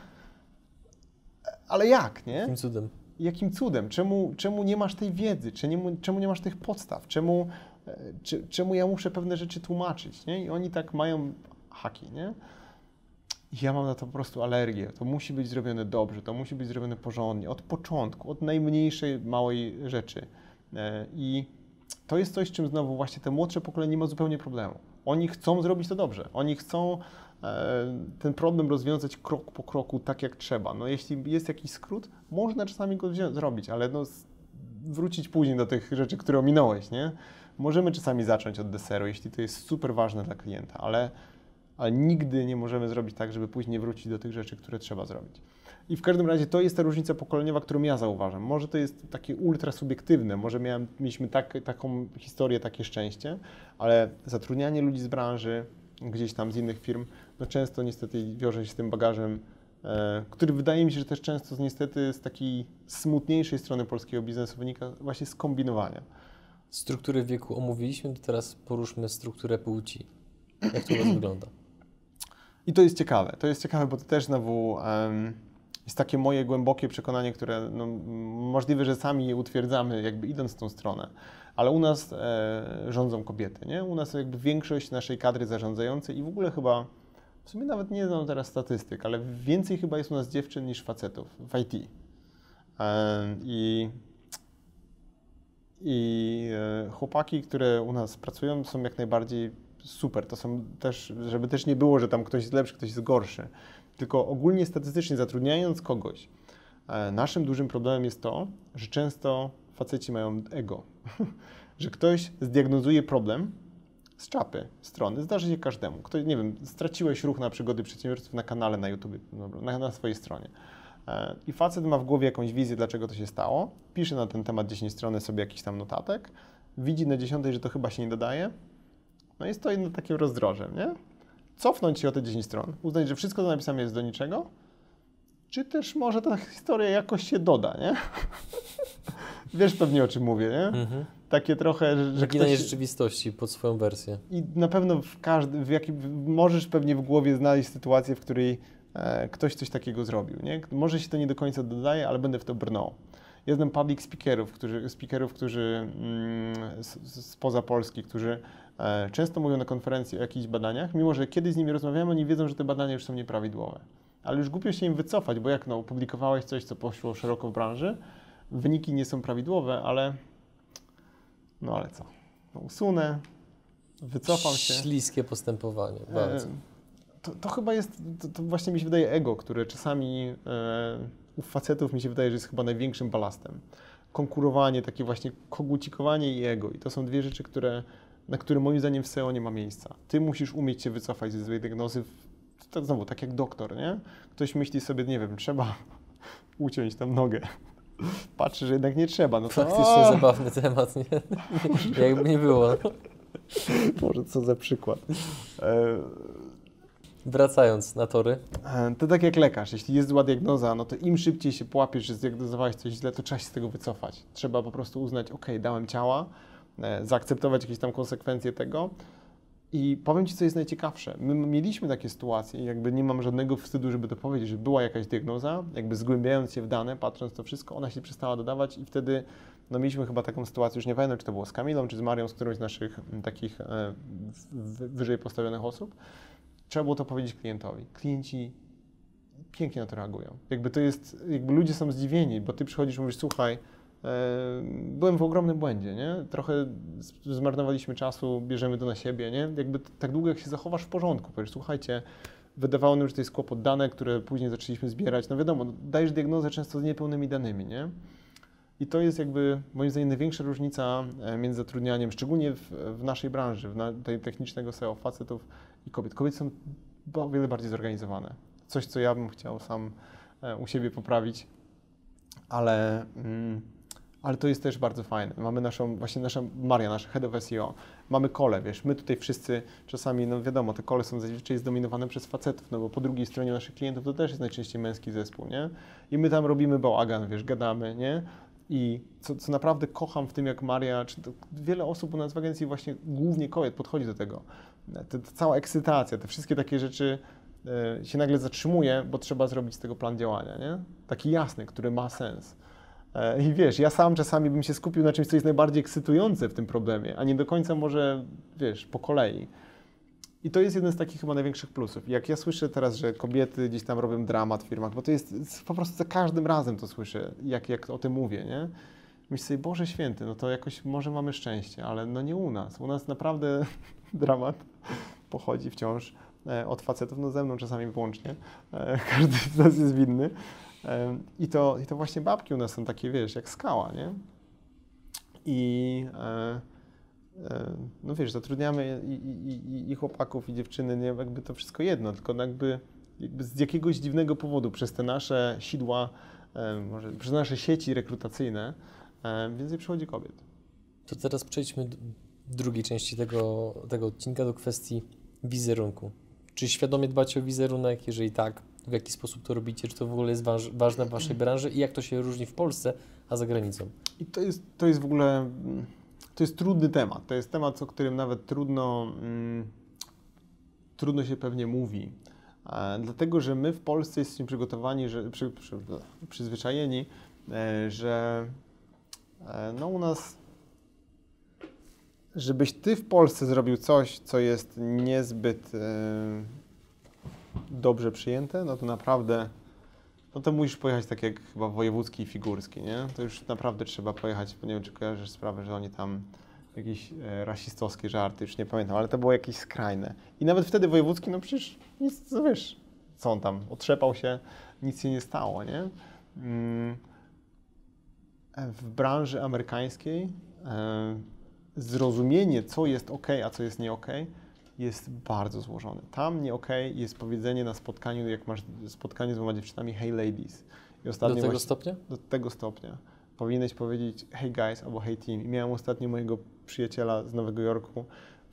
ale jak, nie? Jakim cudem? Jakim cudem? Czemu, czemu nie masz tej wiedzy? Czemu, czemu nie masz tych podstaw? Czemu, czy, czemu ja muszę pewne rzeczy tłumaczyć, nie? I oni tak mają haki, nie? I ja mam na to po prostu alergię. To musi być zrobione dobrze, to musi być zrobione porządnie, od początku, od najmniejszej, małej rzeczy. I to jest coś, z czym znowu właśnie te młodsze pokolenie nie ma zupełnie problemu. Oni chcą zrobić to dobrze. Oni chcą e, ten problem rozwiązać krok po kroku, tak jak trzeba. No jeśli jest jakiś skrót, można czasami go wziąć, zrobić, ale no, wrócić później do tych rzeczy, które ominąłeś, nie? Możemy czasami zacząć od deseru, jeśli to jest super ważne dla klienta, ale, ale nigdy nie możemy zrobić tak, żeby później wrócić do tych rzeczy, które trzeba zrobić. I w każdym razie to jest ta różnica pokoleniowa, którą ja zauważam. Może to jest takie ultra subiektywne, może miałem, mieliśmy tak, taką historię, takie szczęście, ale zatrudnianie ludzi z branży, gdzieś tam z innych firm, no często niestety wiąże się z tym bagażem, e, który wydaje mi się, że też często niestety z takiej smutniejszej strony polskiego biznesu wynika właśnie z kombinowania. Strukturę wieku omówiliśmy, to teraz poruszmy strukturę płci. Jak to u Was wygląda? I to jest ciekawe, to jest ciekawe, bo to też znowu um, jest takie moje głębokie przekonanie, które no, możliwe, że sami je utwierdzamy, jakby idąc w tą stronę, ale u nas e, rządzą kobiety, nie? U nas jakby większość naszej kadry zarządzającej i w ogóle chyba, w sumie nawet nie znam teraz statystyk, ale więcej chyba jest u nas dziewczyn niż facetów w I T. E, I i e, chłopaki, które u nas pracują, są jak najbardziej super. To są też, żeby też nie było, że tam ktoś jest lepszy, ktoś jest gorszy. Tylko ogólnie statystycznie zatrudniając kogoś, e, naszym dużym problemem jest to, że często faceci mają ego. Że ktoś zdiagnozuje problem z czapy strony. Zdarzy się każdemu. Ktoś, nie wiem, straciłeś ruch na przygody przedsiębiorców na kanale na YouTube, na, na swojej stronie. E, I facet ma w głowie jakąś wizję, dlaczego to się stało. Pisze na ten temat dziesięć stron sobie jakiś tam notatek. Widzi na dziesiątej, że to chyba się nie dodaje. No jest to jedno takim rozdrożem, nie? cofnąć się o te dziesięć stron, uznać, że wszystko, co napisane jest do niczego, czy też może ta historia jakoś się doda, nie? Wiesz pewnie, o czym mówię, nie? Mhm. Takie trochę, że, że Naginanie ktoś... rzeczywistości pod swoją wersję. I na pewno w każdym, w jakim, możesz pewnie w głowie znaleźć sytuację, w której e, ktoś coś takiego zrobił, nie? Może się to nie do końca dodaje, ale będę w to brnął. Ja znam public speakerów, którzy, speakerów, którzy mm, z, spoza Polski, którzy e, często mówią na konferencji o jakichś badaniach, mimo że kiedy z nimi rozmawiamy, oni wiedzą, że te badania już są nieprawidłowe. Ale już głupio się im wycofać, bo jak no, opublikowałeś coś, co poszło szeroko w branży, wyniki nie są prawidłowe, ale no ale co? No, usunę, wycofam się. Śliskie postępowanie, bardzo. E, to, to chyba jest, to, to właśnie mi się wydaje ego, które czasami e, u facetów mi się wydaje, że jest chyba największym balastem. Konkurowanie, takie właśnie kogucikowanie i ego. I to są dwie rzeczy, które, na które moim zdaniem w S E O nie ma miejsca. Ty musisz umieć się wycofać ze złej diagnozy. W, to znowu, tak jak doktor, nie? Ktoś myśli sobie, nie wiem, trzeba uciąć tam nogę. Patrzy, że jednak nie trzeba. No to, Faktycznie zabawny temat, nie? Jakby nie było. Może co za przykład. E, Wracając na tory. To tak jak lekarz, jeśli jest zła diagnoza, no to im szybciej się połapiesz, że zdiagnozowałeś coś źle, to trzeba się z tego wycofać. Trzeba po prostu uznać, ok, dałem ciała, e, zaakceptować jakieś tam konsekwencje tego i powiem Ci, co jest najciekawsze. My mieliśmy takie sytuacje i jakby nie mam żadnego wstydu, żeby to powiedzieć, że była jakaś diagnoza, jakby zgłębiając się w dane, patrząc to wszystko, ona się przestała dodawać i wtedy no mieliśmy chyba taką sytuację, już nie pamiętam, czy to było z Kamilą, czy z Marią, z którąś z naszych m, takich e, w, wyżej postawionych osób. Trzeba było to powiedzieć klientowi. Klienci pięknie na to reagują. Jakby to jest, jakby ludzie są zdziwieni, bo ty przychodzisz i mówisz, słuchaj, e, byłem w ogromnym błędzie, nie? Trochę zmarnowaliśmy czasu, bierzemy to na siebie, nie? Jakby tak długo jak się zachowasz w porządku, powiesz, słuchajcie, wydawało nam, że to jest kłopot dane, które później zaczęliśmy zbierać. No wiadomo, dajesz diagnozę często z niepełnymi danymi, nie? I to jest jakby, moim zdaniem, największa różnica między zatrudnianiem, szczególnie w, w naszej branży, w na, tej technicznego S E O, facetów i kobiet. Kobiety są o wiele bardziej zorganizowane. Coś, co ja bym chciał sam e, u siebie poprawić, ale, mm, ale to jest też bardzo fajne. Mamy naszą, właśnie nasza Maria, nasz Head of S E O, mamy kole, wiesz, my tutaj wszyscy czasami, no wiadomo, te kole są zazwyczaj zdominowane przez facetów, no bo po drugiej stronie naszych klientów to też jest najczęściej męski zespół, nie? I my tam robimy bałagan, wiesz, gadamy, nie? I co, co naprawdę kocham w tym, jak Maria, czy to wiele osób u nas w agencji, właśnie głównie kobiet, podchodzi do tego. Ta cała ekscytacja, te wszystkie takie rzeczy y, się nagle zatrzymuje, bo trzeba zrobić z tego plan działania, nie? Taki jasny, który ma sens. Y, I wiesz, ja sam czasami bym się skupił na czymś, co jest najbardziej ekscytujące w tym problemie, a nie do końca może, wiesz, po kolei. I to jest jeden z takich chyba największych plusów. Jak ja słyszę teraz, że kobiety gdzieś tam robią dramat w firmach, bo to jest, jest po prostu za każdym razem to słyszę, jak, jak o tym mówię, nie? Myślę sobie, Boże Święty, no to jakoś może mamy szczęście, ale no nie u nas. U nas naprawdę dramat pochodzi wciąż e, od facetów, no ze mną czasami włącznie. E, każdy z nas jest winny. E, i, to, I to właśnie babki u nas są takie, wiesz, jak skała, nie? I... E, no wiesz, zatrudniamy i, i, i chłopaków, i dziewczyny, nie, jakby to wszystko jedno, tylko jakby, jakby z jakiegoś dziwnego powodu przez te nasze sidła, może przez nasze sieci rekrutacyjne więcej przychodzi kobiet. To teraz przejdźmy do drugiej części tego, tego odcinka, do kwestii wizerunku. Czy świadomie dbacie o wizerunek? Jeżeli tak, w jaki sposób to robicie? Czy to w ogóle jest waż, ważne w waszej branży? I jak to się różni w Polsce, a za granicą? I to jest, to jest w ogóle... To jest trudny temat. To jest temat, o którym nawet trudno, mm, trudno się pewnie mówi. E, dlatego, że my w Polsce jesteśmy przygotowani, że, przy, przy, przyzwyczajeni, e, że e, no u nas, żebyś ty w Polsce zrobił coś, co jest niezbyt e, dobrze przyjęte, no to naprawdę, no to musisz pojechać tak jak chyba wojewódzki i figurski, nie? To już naprawdę trzeba pojechać, bo nie wiem, czy kojarzysz sprawę, że oni tam jakieś e, rasistowskie żarty, już nie pamiętam, ale to było jakieś skrajne. I nawet wtedy wojewódzki, no przecież nic, no wiesz, co on tam, otrzepał się, nic się nie stało, nie? Mm. W branży amerykańskiej e, zrozumienie, co jest ok, a co jest nie ok, jest bardzo złożone. Tam nie ok jest powiedzenie na spotkaniu, jak masz spotkanie z dwoma dziewczynami, hey ladies. I ostatnio do tego właśnie, stopnia? Do tego stopnia. Powinieneś powiedzieć hey guys albo hey team. I miałem ostatnio mojego przyjaciela z Nowego Jorku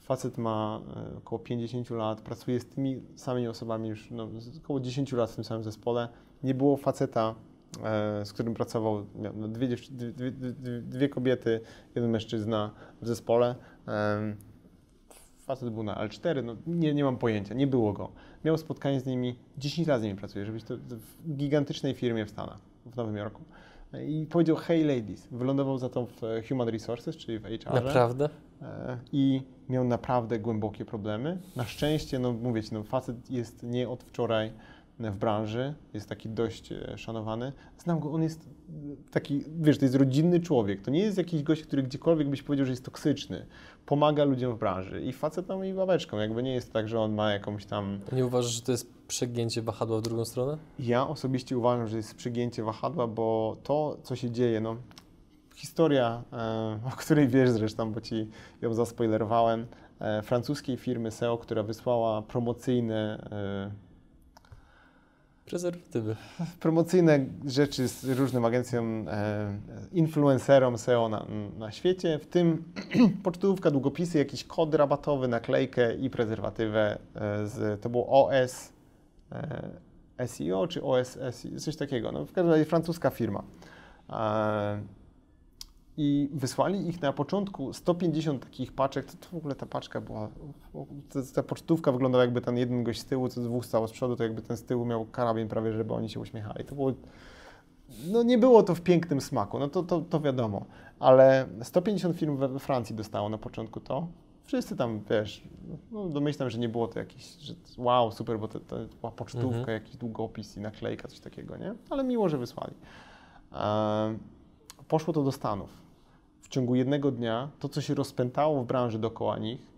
Facet ma e, około pięćdziesiąt lat, pracuje z tymi samymi osobami już no, około dziesięć lat w tym samym zespole. Nie było faceta, e, z którym pracował, miał no, dwie, dziew- dwie, dwie, dwie kobiety, jeden mężczyzna w zespole. E, facet był na L cztery, no, nie, nie mam pojęcia, nie było go. Miał spotkanie z nimi, dziesięć lat z nimi pracuje, żebyś to w gigantycznej firmie w Stanach, w Nowym Jorku. I powiedział, hey ladies, wylądował za to w Human Resources, czyli w H R. Naprawdę? I miał naprawdę głębokie problemy. Na szczęście, no mówię ci, no facet jest nie od wczoraj w branży, jest taki dość szanowany. Znam go, on jest taki, wiesz, to jest rodzinny człowiek. To nie jest jakiś gość, który gdziekolwiek byś powiedział, że jest toksyczny. Pomaga ludziom w branży i facet tam i babeczką. Jakby nie jest tak, że on ma jakąś tam... Nie uważasz, że to jest przegięcie wahadła w drugą stronę? Ja osobiście uważam, że jest przegięcie wahadła, bo to, co się dzieje, no historia, e, o której wiesz zresztą, bo ci ją zaspoilerowałem, e, francuskiej firmy S E O, która wysłała promocyjne e, Prezerwatywy. promocyjne rzeczy z różnym agencjom, e, influencerom S E O na, na świecie, w tym pocztówka, długopisy, jakiś kod rabatowy, naklejkę i prezerwatywę e, z, to było O S e, S E O czy O S S E O, coś takiego, no w każdym razie francuska firma. E, I wysłali ich na początku sto pięćdziesiąt takich paczek, to, to w ogóle ta paczka była, ta, ta pocztówka wyglądała jakby ten jeden gość z tyłu, co dwóch stało z przodu, to jakby ten z tyłu miał karabin prawie, żeby oni się uśmiechali. To było, no nie było to w pięknym smaku, no to, to, to wiadomo, ale sto pięćdziesiąt firm we, we Francji dostało na początku to. Wszyscy tam, wiesz, no domyślam, że nie było to jakieś, że wow, super, bo to, to była pocztówka, mhm. jakiś długopis i naklejka, coś takiego, nie? Ale miło, że wysłali. Ehm, poszło to do Stanów. W ciągu jednego dnia to, co się rozpętało w branży dookoła nich,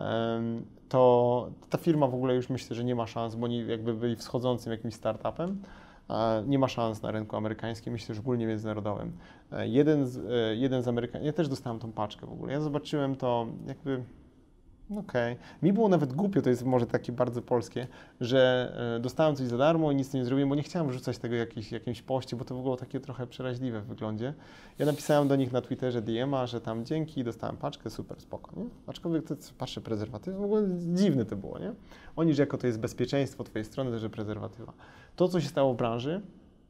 to ta firma w ogóle już myślę, że nie ma szans, bo oni jakby byli wschodzącym jakimś startupem, nie ma szans na rynku amerykańskim, myślę, że ogólnie międzynarodowym. Jeden z, jeden z Amerykanów, ja też dostałem tą paczkę w ogóle, ja zobaczyłem to jakby... Okej. Okay. Mi było nawet głupio, to jest może takie bardzo polskie, że e, dostałem coś za darmo i nic nie zrobiłem, bo nie chciałem wrzucać tego jakiś, jakimś poście, bo to było takie trochę przeraźliwe w wyglądzie. Ja napisałem do nich na Twitterze D M a, że tam dzięki, dostałem paczkę, super, spoko, nie? Aczkolwiek to patrzę, prezerwatywa, w ogóle dziwne to było, nie? Oni, że jako to jest bezpieczeństwo twojej strony, to że prezerwatywa. To, co się stało w branży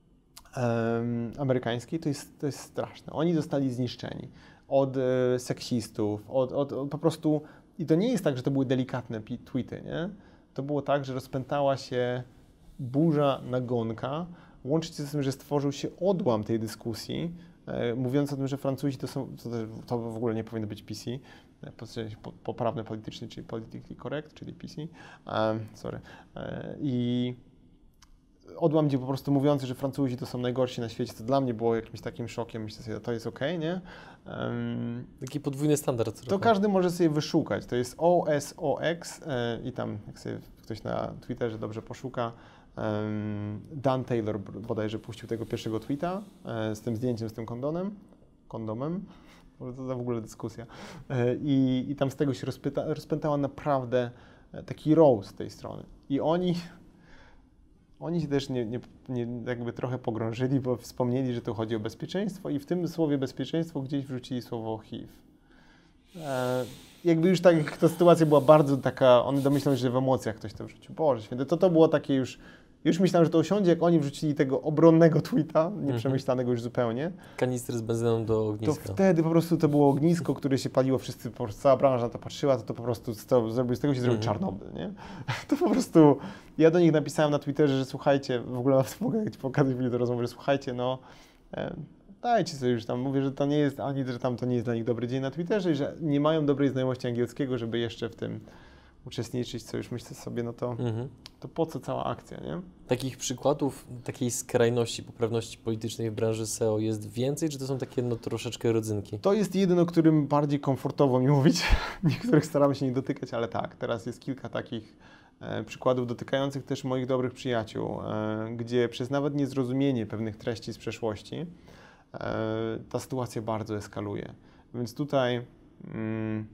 um, amerykańskiej, to jest, to jest straszne. Oni zostali zniszczeni od e, seksistów, od, od, od po prostu... I to nie jest tak, że to były delikatne tweety, nie? To było tak, że rozpętała się burza, nagonka, łącznie z tym, że stworzył się odłam tej dyskusji, e, mówiąc o tym, że Francuzi to są, to, to w ogóle nie powinno być P C, po, poprawne politycznie, czyli politically correct, czyli P C, e, sorry. E, I odłam, gdzie po prostu mówiący, że Francuzi to są najgorsi na świecie, to dla mnie było jakimś takim szokiem, myślę sobie, to jest okej, nie? Um, Taki podwójny standard. To trochę. każdy może sobie wyszukać, to jest O S O X e, i tam, jak sobie ktoś na Twitterze dobrze poszuka, um, Dan Taylor bodajże puścił tego pierwszego tweeta e, z tym zdjęciem, z tym kondonem, kondomem, to za w ogóle dyskusja. E, i, I tam z tego się rozpyta, rozpętała naprawdę taki roast tej strony. I oni... Oni się też nie, nie, nie, jakby trochę pogrążyli, bo wspomnieli, że tu chodzi o bezpieczeństwo i w tym słowie bezpieczeństwo gdzieś wrzucili słowo H I V. E, jakby już tak, ta sytuacja była bardzo taka, one domyślą się, że w emocjach ktoś to wrzucił. Boże święty, to to było takie już, już myślałem, że to osiądzie, jak oni wrzucili tego obronnego tweeta, nieprzemyślanego już zupełnie. Kanistry z benzyną do ogniska. To wtedy po prostu to było ognisko, które się paliło, wszyscy, po prostu cała branża na to patrzyła, to to po prostu z, to, z tego się zrobił Czarnobyl, nie? To po prostu, ja do nich napisałem na Twitterze, że słuchajcie, w ogóle mogę Ci pokazać w do rozmowy, że słuchajcie, no e, dajcie sobie już tam, mówię, że to nie jest, ani że tam to nie jest dla nich dobry dzień na Twitterze i że nie mają dobrej znajomości angielskiego, żeby jeszcze w tym uczestniczyć, co już myślę sobie, no to, mhm. to po co cała akcja, nie? Takich przykładów takiej skrajności, poprawności politycznej w branży S E O jest więcej, czy to są takie no troszeczkę rodzynki? To jest jeden, o którym bardziej komfortowo mi mówić. Niektórych staramy się nie dotykać, ale tak, teraz jest kilka takich e, przykładów dotykających też moich dobrych przyjaciół, e, gdzie przez nawet niezrozumienie pewnych treści z przeszłości e, ta sytuacja bardzo eskaluje. Więc tutaj mm,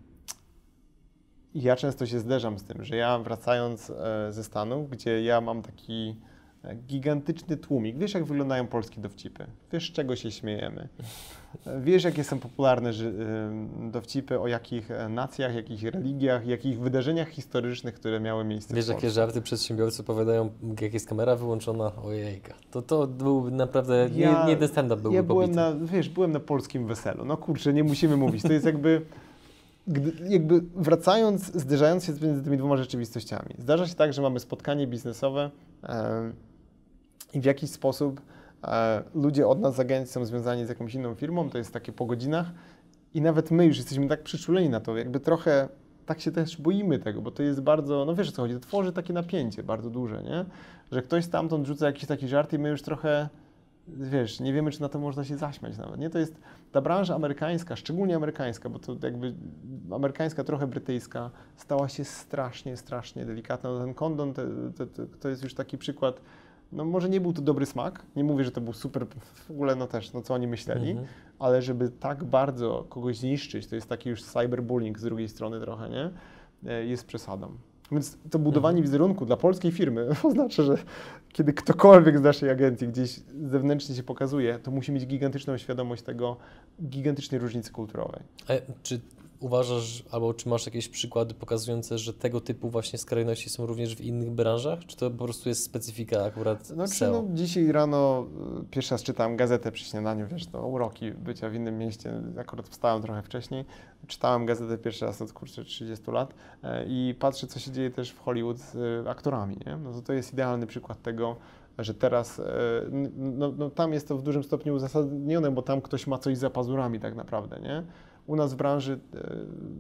ja często się zderzam z tym, że ja wracając e, ze Stanów, gdzie ja mam taki gigantyczny tłumik. Wiesz, jak wyglądają polskie dowcipy? Wiesz, z czego się śmiejemy? Wiesz, jakie są popularne ży- dowcipy, o jakich nacjach, jakich religiach, jakich wydarzeniach historycznych, które miały miejsce Wiesz, w Polsce. jakie żarty przedsiębiorcy opowiadają, jak jest kamera wyłączona? Ojejka. To, to był naprawdę, nie, Ja- nie jeden stand-up byłby Ja byłem pobity. na, wiesz, byłem na polskim weselu. No kurczę, nie musimy mówić. To jest jakby, gdy, jakby wracając, zderzając się między tymi dwoma rzeczywistościami. Zdarza się tak, że mamy spotkanie biznesowe e, i w jakiś sposób e, ludzie od nas z agencji są związani z jakąś inną firmą, to jest takie po godzinach i nawet my już jesteśmy tak przyczuleni na to, jakby trochę tak się też boimy tego, bo to jest bardzo, no wiesz o co chodzi, to tworzy takie napięcie bardzo duże, nie? Że ktoś stamtąd rzuca jakiś taki żart i my już trochę, wiesz, nie wiemy, czy na to można się zaśmiać nawet, nie? To jest ta branża amerykańska, szczególnie amerykańska, bo to jakby amerykańska, trochę brytyjska, stała się strasznie, strasznie delikatna. No ten kondon to, to, to, to jest już taki przykład, no może nie był to dobry smak, nie mówię, że to był super, w ogóle no też, no co oni myśleli, Mhm. ale żeby tak bardzo kogoś zniszczyć, to jest taki już cyberbullying z drugiej strony trochę, nie? E, Jest przesadą. Więc to budowanie Mhm. wizerunku dla polskiej firmy oznacza, że kiedy ktokolwiek z naszej agencji gdzieś zewnętrznie się pokazuje, to musi mieć gigantyczną świadomość tego, gigantycznej różnicy kulturowej. A czy uważasz, albo czy masz jakieś przykłady pokazujące, że tego typu właśnie skrajności są również w innych branżach? Czy to po prostu jest specyfika akurat Znaczy, S E O? no, dzisiaj rano y, pierwszy raz czytałem gazetę przy śniadaniu, wiesz, to uroki bycia w innym mieście, akurat wstałem trochę wcześniej, czytałem gazetę pierwszy raz od kurczę trzydziestu lat e, i patrzę, co się dzieje też w Hollywood z y, aktorami, nie? No to to jest idealny przykład tego, że teraz, e, n- no, no tam jest to w dużym stopniu uzasadnione, bo tam ktoś ma coś za pazurami tak naprawdę, nie? U nas w branży e,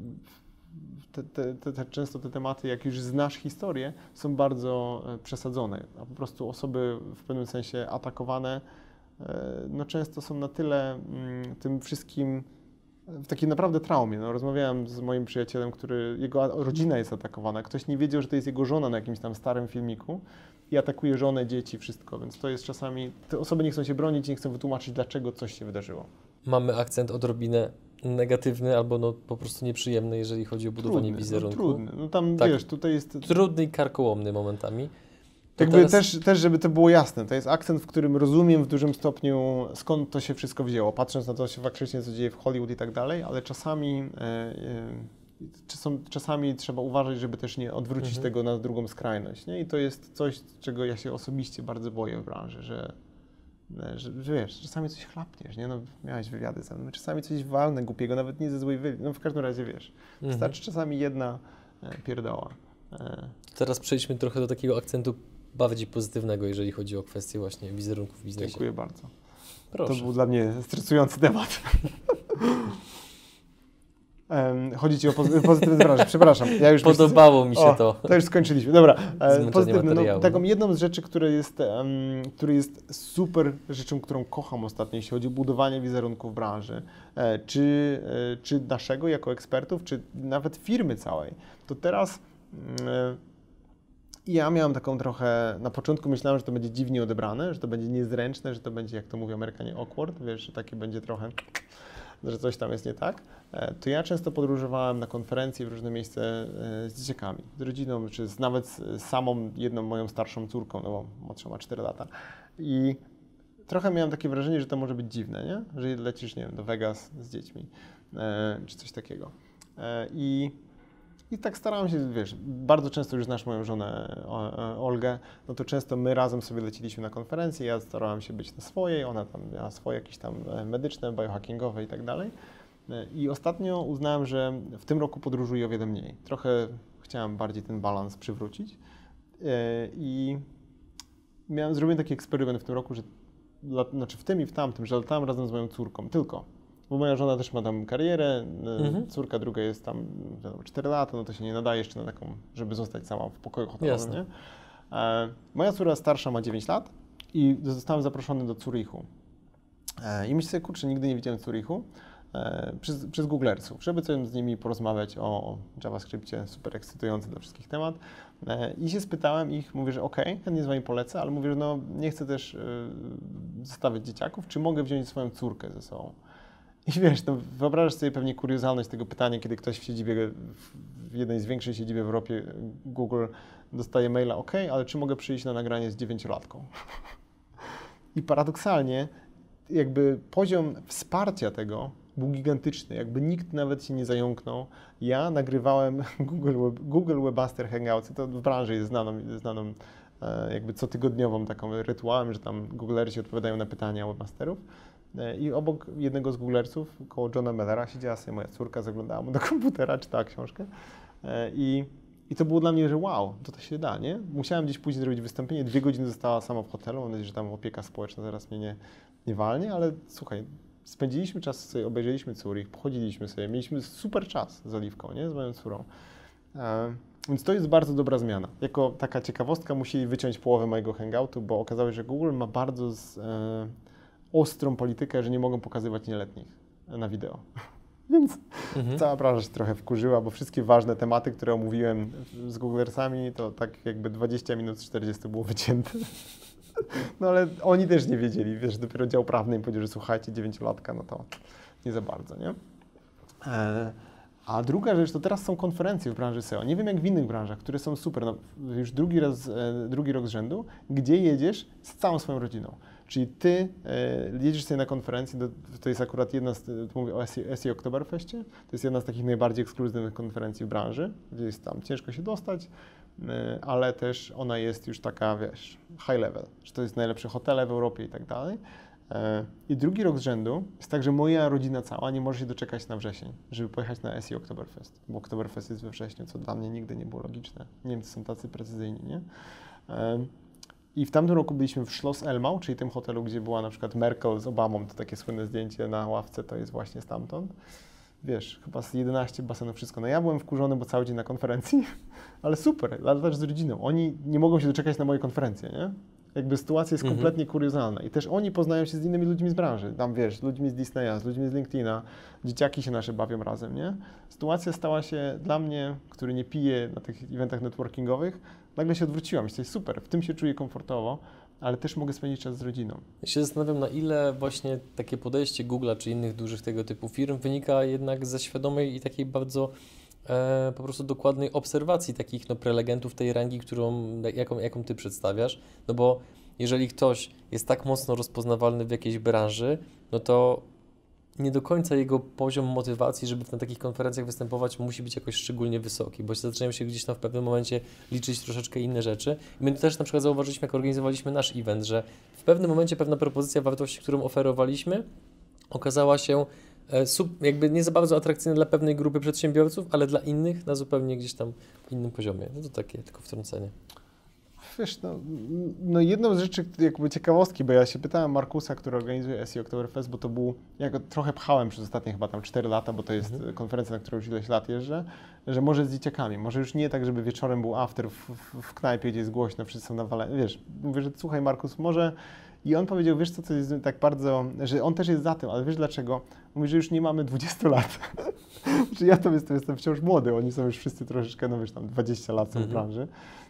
te, te, te, te, często te tematy, jak już znasz historię, są bardzo e, przesadzone, a po prostu osoby w pewnym sensie atakowane, e, no często są na tyle mm, tym wszystkim w takiej naprawdę traumie. No, rozmawiałem z moim przyjacielem, który, jego a- rodzina jest atakowana, ktoś nie wiedział, że to jest jego żona na jakimś tam starym filmiku i atakuje żonę, dzieci, wszystko, więc to jest czasami, te osoby nie chcą się bronić, nie chcą wytłumaczyć, dlaczego coś się wydarzyło. Mamy akcent odrobinę negatywny albo no po prostu nieprzyjemny, jeżeli chodzi o budowanie Trudny, wizerunku. No, trudny. No tam Tak. wiesz, tutaj jest... Trudny i karkołomny momentami. To Jakby teraz- też, też, żeby to było jasne, to jest akcent, w którym rozumiem w dużym stopniu, skąd to się wszystko wzięło, patrząc na to, się faktycznie co dzieje w Hollywood i tak dalej, ale czasami, e, e, czasem, czasami trzeba uważać, żeby też nie odwrócić Mhm. tego na drugą skrajność, nie? I to jest coś, czego ja się osobiście bardzo boję w branży, że, e, że wiesz, czasami coś chlapniesz, nie? No, miałeś wywiady ze mną, czasami coś walne, głupiego, nawet nie ze złej wywiad, no w każdym razie wiesz, Mhm. wystarczy czasami jedna e, pierdoła. E, Teraz przejdźmy trochę do takiego akcentu bardziej pozytywnego, jeżeli chodzi o kwestię właśnie wizerunku w biznesie. Dziękuję bardzo. Proszę. To był dla mnie stresujący temat. Em, Chodzi ci o pozy- pozytywne wrażenie. Przepraszam. Ja już Podobało mi się o, to. To już skończyliśmy. Dobra. e, Zmęczenie Pozytywne. No, materiału. taką jedną z rzeczy, które jest, um, który jest super rzeczą, którą kocham ostatnio, jeśli chodzi o budowanie wizerunku w branży, e, czy, e, czy naszego jako ekspertów, czy nawet firmy całej, to teraz mm, i ja miałem taką trochę, na początku myślałem, że to będzie dziwnie odebrane, że to będzie niezręczne, że to będzie, jak to mówią Amerykanie, awkward, wiesz, że takie będzie trochę, że coś tam jest nie tak. E, To ja często podróżowałem na konferencje w różne miejsca e, z dzieciakami, z rodziną, czy z, nawet z samą jedną moją starszą córką, no bo młodsza ma cztery lata. I trochę miałem takie wrażenie, że to może być dziwne, nie? Że lecisz, nie wiem, do Vegas z dziećmi, e, czy coś takiego. E, I I tak starałem się, wiesz, bardzo często już znasz moją żonę o- o- Olgę, no to często my razem sobie leciliśmy na konferencję, ja starałem się być na swojej, ona tam miała swoje jakieś tam e, medyczne, biohackingowe i tak dalej. E, I ostatnio uznałem, że w tym roku podróżuję o wiele mniej. Trochę chciałem bardziej ten balans przywrócić E, i miałem, zrobiłem taki eksperyment w tym roku, że, lat- znaczy w tym i w tamtym, że latałem razem z moją córką, tylko. Bo moja żona też ma tam karierę, e, Mhm. córka druga jest tam wiadomo, cztery lata, no to się nie nadaje jeszcze na taką, żeby zostać sama w pokoju hotelowym, Jasne. nie? E, moja córka starsza ma dziewięć lat i zostałem zaproszony do Zurichu. E, I myślę sobie, kurczę, nigdy nie widziałem Zurichu e, przez, przez Googlersów, żeby coś z nimi porozmawiać o JavaScriptie, super ekscytujący dla wszystkich temat. E, I się spytałem ich, mówię, że okej, chętnie z wami polecę, ale mówię, że no nie chcę też e, zostawiać dzieciaków, czy mogę wziąć swoją córkę ze sobą. I wiesz, no, wyobrażasz sobie pewnie kuriozalność tego pytania, kiedy ktoś w siedzibie, w jednej z większych siedzib w Europie Google dostaje maila, OK, ale czy mogę przyjść na nagranie z dziewięciolatką? I paradoksalnie jakby poziom wsparcia tego był gigantyczny, jakby nikt nawet się nie zająknął. Ja nagrywałem Google, Web, Google Webmaster Hangouts, to w branży jest znaną, znaną jakby cotygodniową taką rytuałem, że tam Googlerzy odpowiadają na pytania webmasterów. I obok jednego z Googlerców, koło Johna Mellera, siedziała sobie moja córka, zaglądała mu do komputera, czytała książkę. I, I to było dla mnie, że wow, to to się da, nie? Musiałem gdzieś później zrobić wystąpienie, dwie godziny została sama w hotelu, mam nadzieję, że tam opieka społeczna zaraz mnie nie, nie walnie, ale słuchaj, spędziliśmy czas sobie, obejrzeliśmy Zurich, pochodziliśmy sobie, mieliśmy super czas z Oliwką, nie? Z moją córą. E, więc to jest bardzo dobra zmiana. Jako taka ciekawostka musieli wyciąć połowę mojego hangoutu, bo okazało się, że Google ma bardzo z, e, ostrą politykę, że nie mogą pokazywać nieletnich na wideo. Więc mhm. cała branża się trochę wkurzyła, bo wszystkie ważne tematy, które omówiłem z Googlersami, to tak jakby dwadzieścia minut z czterdziestu było wycięte. No ale oni też nie wiedzieli, wiesz, dopiero dział prawny im powiedział, że słuchajcie, dziewięciolatka, no to nie za bardzo, nie? E, a druga rzecz, to teraz są konferencje w branży S E O. Nie wiem jak w innych branżach, które są super, no, już drugi raz, e, drugi rok z rzędu, gdzie jedziesz z całą swoją rodziną. Czyli ty e, jedziesz sobie na konferencję, do, to jest akurat jedna z, mówię o S E O Oktoberfestie, to jest jedna z takich najbardziej ekskluzywnych konferencji w branży, gdzie jest tam ciężko się dostać, e, ale też ona jest już taka, wiesz, high level, że to jest najlepsze hotele w Europie i tak dalej. E, I drugi rok z rzędu jest tak, że moja rodzina cała nie może się doczekać na wrzesień, żeby pojechać na S E O Oktoberfest, bo Oktoberfest jest we wrześniu, co dla mnie nigdy nie było logiczne. Niemcy są tacy precyzyjni, nie? E, I w tamtym roku byliśmy w Schloss Elmau, czyli tym hotelu, gdzie była na przykład Merkel z Obamą, to takie słynne zdjęcie na ławce, to jest właśnie stamtąd. Wiesz, chyba z jedenaście basenów, wszystko. No ja byłem wkurzony, bo cały dzień na konferencji, ale super, ale też z rodziną. Oni nie mogą się doczekać na moje konferencje, nie? Jakby sytuacja jest kompletnie kuriozalna i też oni poznają się z innymi ludźmi z branży. Tam wiesz, z ludźmi z Disneya, z ludźmi z LinkedIna, dzieciaki się nasze bawią razem, nie? Sytuacja stała się dla mnie, który nie pije na tych eventach networkingowych, nagle się odwróciłam. Jesteś super, w tym się czuję komfortowo, ale też mogę spędzić czas z rodziną. Ja się zastanawiam, na ile właśnie takie podejście Google'a czy innych dużych tego typu firm wynika jednak ze świadomej i takiej bardzo e, po prostu dokładnej obserwacji takich no, prelegentów tej rangi, którą, jaką, jaką Ty przedstawiasz. No bo jeżeli ktoś jest tak mocno rozpoznawalny w jakiejś branży, no to nie do końca jego poziom motywacji, żeby na takich konferencjach występować, musi być jakoś szczególnie wysoki, bo zaczynają się gdzieś tam w pewnym momencie liczyć troszeczkę inne rzeczy. I my też na przykład zauważyliśmy, jak organizowaliśmy nasz event, że w pewnym momencie pewna propozycja wartości, którą oferowaliśmy, okazała się jakby nie za bardzo atrakcyjna dla pewnej grupy przedsiębiorców, ale dla innych na zupełnie gdzieś tam innym poziomie. No to takie tylko wtrącenie. Wiesz, no, no jedną z rzeczy, jakby ciekawostki, bo ja się pytałem Markusa, który organizuje S E O Oktoberfest, bo to był, ja go trochę pchałem przez ostatnie chyba tam cztery lata, bo to jest mhm. konferencja, na którą już ileś lat jeżdżę, że może z dzieciakami, może już nie tak, żeby wieczorem był after w, w, w knajpie, gdzie jest głośno, wszyscy są nawaleni, wiesz, mówię, że słuchaj Markus, może i on powiedział, wiesz co, co jest tak bardzo, że on też jest za tym, ale wiesz dlaczego? Mówi, że już nie mamy dwudziestu lat, że ja to jestem, jestem wciąż młody, oni są już wszyscy troszeczkę, no wiesz, tam dwadzieścia lat są mhm. w branży.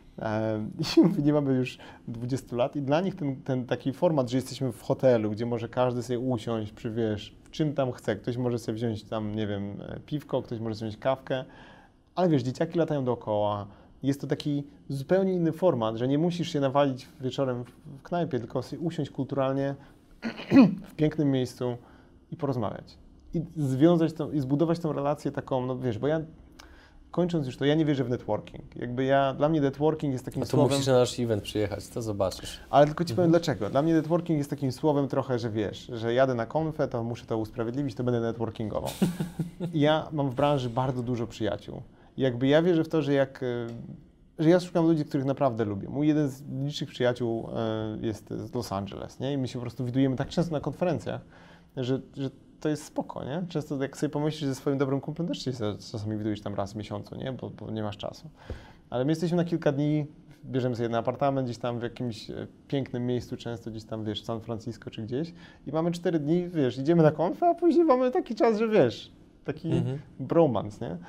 I mówi, nie mamy już dwudziestu lat i dla nich ten, ten taki format, że jesteśmy w hotelu, gdzie może każdy sobie usiąść przy, wiesz, w czym tam chce, ktoś może sobie wziąć tam, nie wiem, piwko, ktoś może sobie wziąć kawkę, ale wiesz, dzieciaki latają dookoła, jest to taki zupełnie inny format, że nie musisz się nawalić wieczorem w knajpie, tylko sobie usiąść kulturalnie w pięknym miejscu i porozmawiać. I związać tą, i zbudować tą relację taką, no wiesz, bo ja kończąc już to, ja nie wierzę w networking. Jakby ja, dla mnie networking jest takim A to słowem... musisz na nasz event przyjechać, to zobaczysz. Ale tylko ci mhm. powiem dlaczego. Dla mnie networking jest takim słowem trochę, że wiesz, że jadę na konfę, to muszę to usprawiedliwić, to będę networkingował. I ja mam w branży bardzo dużo przyjaciół. I jakby ja wierzę w to, że jak... że ja szukam ludzi, których naprawdę lubię. Mój jeden z licznych przyjaciół jest z Los Angeles, nie? I my się po prostu widujemy tak często na konferencjach, że, że to jest spoko, nie? Często jak sobie pomyślisz ze swoim dobrym kumplem, też się czasami widujesz tam raz w miesiącu, nie? Bo, bo nie masz czasu. Ale my jesteśmy na kilka dni, bierzemy sobie jeden apartament gdzieś tam w jakimś pięknym miejscu, często gdzieś tam, wiesz, San Francisco czy gdzieś i mamy cztery dni, wiesz, idziemy na konfę, a później mamy taki czas, że wiesz, taki mhm. bromance, nie?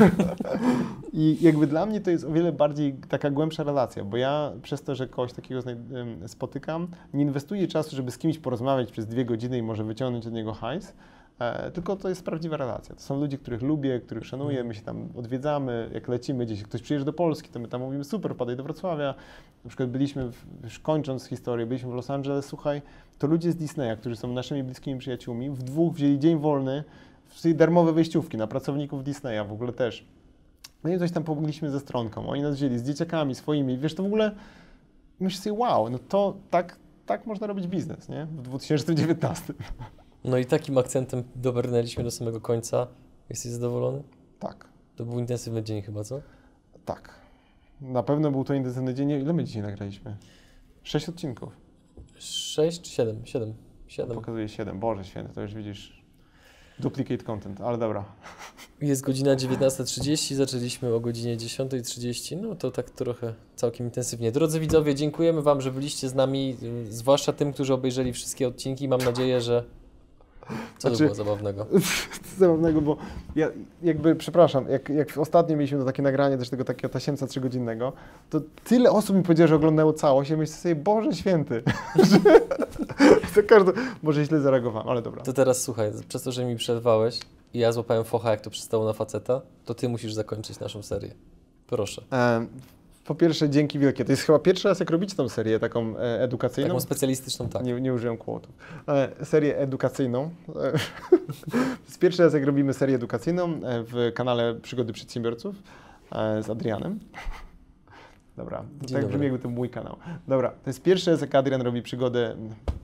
I jakby dla mnie to jest o wiele bardziej taka głębsza relacja, bo ja przez to, że kogoś takiego spotykam, nie inwestuję czasu, żeby z kimś porozmawiać przez dwie godziny i może wyciągnąć od niego hajs, E, tylko to jest prawdziwa relacja. To są ludzie, których lubię, których szanuję, my się tam odwiedzamy, jak lecimy gdzieś, jak ktoś przyjeżdża do Polski, to my tam mówimy super, padaj do Wrocławia. Na przykład byliśmy, w, już kończąc historię, byliśmy w Los Angeles, słuchaj, to ludzie z Disneya, którzy są naszymi bliskimi przyjaciółmi, w dwóch wzięli dzień wolny, w darmowe wejściówki na pracowników Disneya w ogóle też. No i coś tam pomogliśmy ze stronką, oni nas wzięli z dzieciakami swoimi, wiesz, to w ogóle myślę sobie, wow, no to tak, tak można robić biznes, nie? W dwa tysiące dziewiętnastym. No i takim akcentem dobrnęliśmy do samego końca. Jesteś zadowolony? Tak. To był intensywny dzień chyba, co? Tak. Na pewno był to intensywny dzień. Ile my dzisiaj nagraliśmy? Sześć odcinków. Sześć czy siedem? Siedem. Siedem. Pokazuje siedem. Boże święty, to już widzisz. Duplicate content, ale dobra. Jest godzina dziewiętnasta trzydzieści, zaczęliśmy o godzinie dziesiąta trzydzieści, no to tak trochę całkiem intensywnie. Drodzy widzowie, dziękujemy Wam, że byliście z nami, zwłaszcza tym, którzy obejrzeli wszystkie odcinki. Mam nadzieję, że... Co Znaczy, to było zabawnego? zabawnego, bo ja jakby, przepraszam, jak, jak ostatnio mieliśmy to takie nagranie też tego takiego tasiemca trzygodzinnego, to tyle osób mi powiedziało, że oglądało całość i myślę sobie, Boże święty, to każdy, może źle zareagowałem, ale dobra. To teraz słuchaj, przez to, że mi przerwałeś i ja złapałem focha, jak to przystało na faceta, to Ty musisz zakończyć naszą serię. Proszę. E, po pierwsze, dzięki wielkie. To jest chyba pierwszy raz, jak robicie tą serię taką e, edukacyjną. Taką specjalistyczną, tak. Nie, nie użyłem kłotów. E, serię edukacyjną. E, to jest pierwszy raz, jak robimy serię edukacyjną e, w kanale Przygody Przedsiębiorców e, z Adrianem. Dobra, Dzień tak dobry. brzmi, jakby to był mój kanał. Dobra, to jest pierwszy raz, jak Adrian robi przygodę.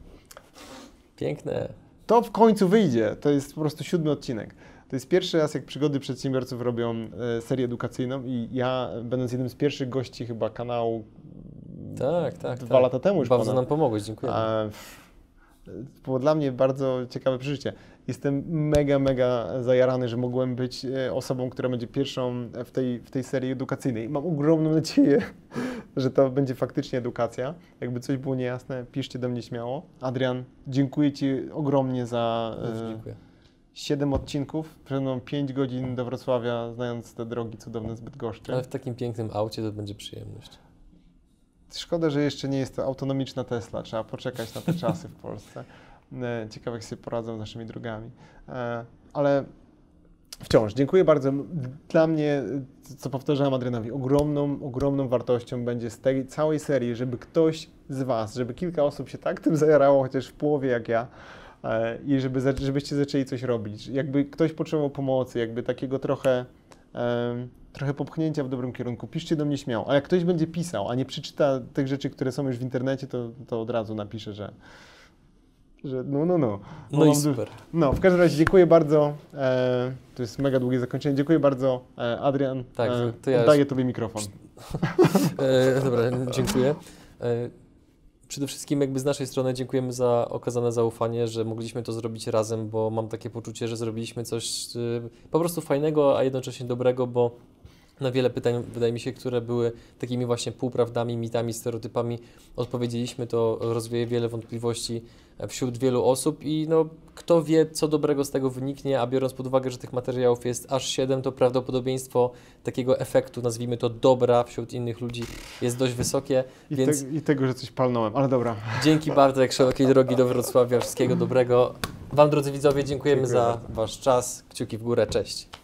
Piękne. To w końcu wyjdzie. To jest po prostu siódmy odcinek. To jest pierwszy raz, jak Przygody Przedsiębiorców robią e, serię edukacyjną i ja, będąc jednym z pierwszych gości chyba kanału Tak, tak. dwa tak. lata temu już Bardzo ponad, nam pomogłeś, dziękuję. a, było dla mnie bardzo ciekawe przeżycie. Jestem mega, mega zajarany, że mogłem być e, osobą, która będzie pierwszą w tej, w tej serii edukacyjnej. Mam ogromną nadzieję, że to będzie faktycznie edukacja. Jakby coś było niejasne, piszcie do mnie śmiało. Adrian, dziękuję Ci ogromnie za Bardzo e, dziękuję. siedem odcinków, przede pięć godzin do Wrocławia, znając te drogi cudowne z Bydgoszczy. Ale w takim pięknym aucie to będzie przyjemność. Szkoda, że jeszcze nie jest to autonomiczna Tesla. Trzeba poczekać na te czasy w Polsce. E, Ciekawe, jak sobie poradzą z naszymi drogami. E, Ale wciąż dziękuję bardzo. Dla mnie, co powtarzałem Adrianowi, ogromną, ogromną wartością będzie z tej całej serii, żeby ktoś z Was, żeby kilka osób się tak tym zajarało, chociaż w połowie jak ja, e, i żeby, za- żebyście zaczęli coś robić. Jakby ktoś potrzebował pomocy, jakby takiego trochę... em, trochę popchnięcia w dobrym kierunku, piszcie do mnie śmiało. A jak ktoś będzie pisał, a nie przeczyta tych rzeczy, które są już w internecie, to, to od razu napisze, że, że no, no, no. No i Mam du- super. No, w każdym razie dziękuję bardzo. E, to jest mega długie zakończenie. Dziękuję bardzo, e, Adrian. Tak, e, to ja oddaję już- Tobie mikrofon. E, dobra, dziękuję. E, przede wszystkim jakby z naszej strony dziękujemy za okazane zaufanie, że mogliśmy to zrobić razem, bo mam takie poczucie, że zrobiliśmy coś e, po prostu fajnego, a jednocześnie dobrego, bo na wiele pytań, wydaje mi się, które były takimi właśnie półprawdami, mitami, stereotypami, odpowiedzieliśmy, to rozwieje wiele wątpliwości wśród wielu osób i no, kto wie, co dobrego z tego wyniknie, a biorąc pod uwagę, że tych materiałów jest aż siedem, to prawdopodobieństwo takiego efektu, nazwijmy to dobra, wśród innych ludzi jest dość wysokie, I, więc te, I tego, że coś palnąłem, ale dobra. dzięki Bartek, szerokiej drogi do Wrocławia, wszystkiego dobrego. Wam, drodzy widzowie, dziękujemy Dziękuję za bardzo. Wasz czas, kciuki w górę, cześć.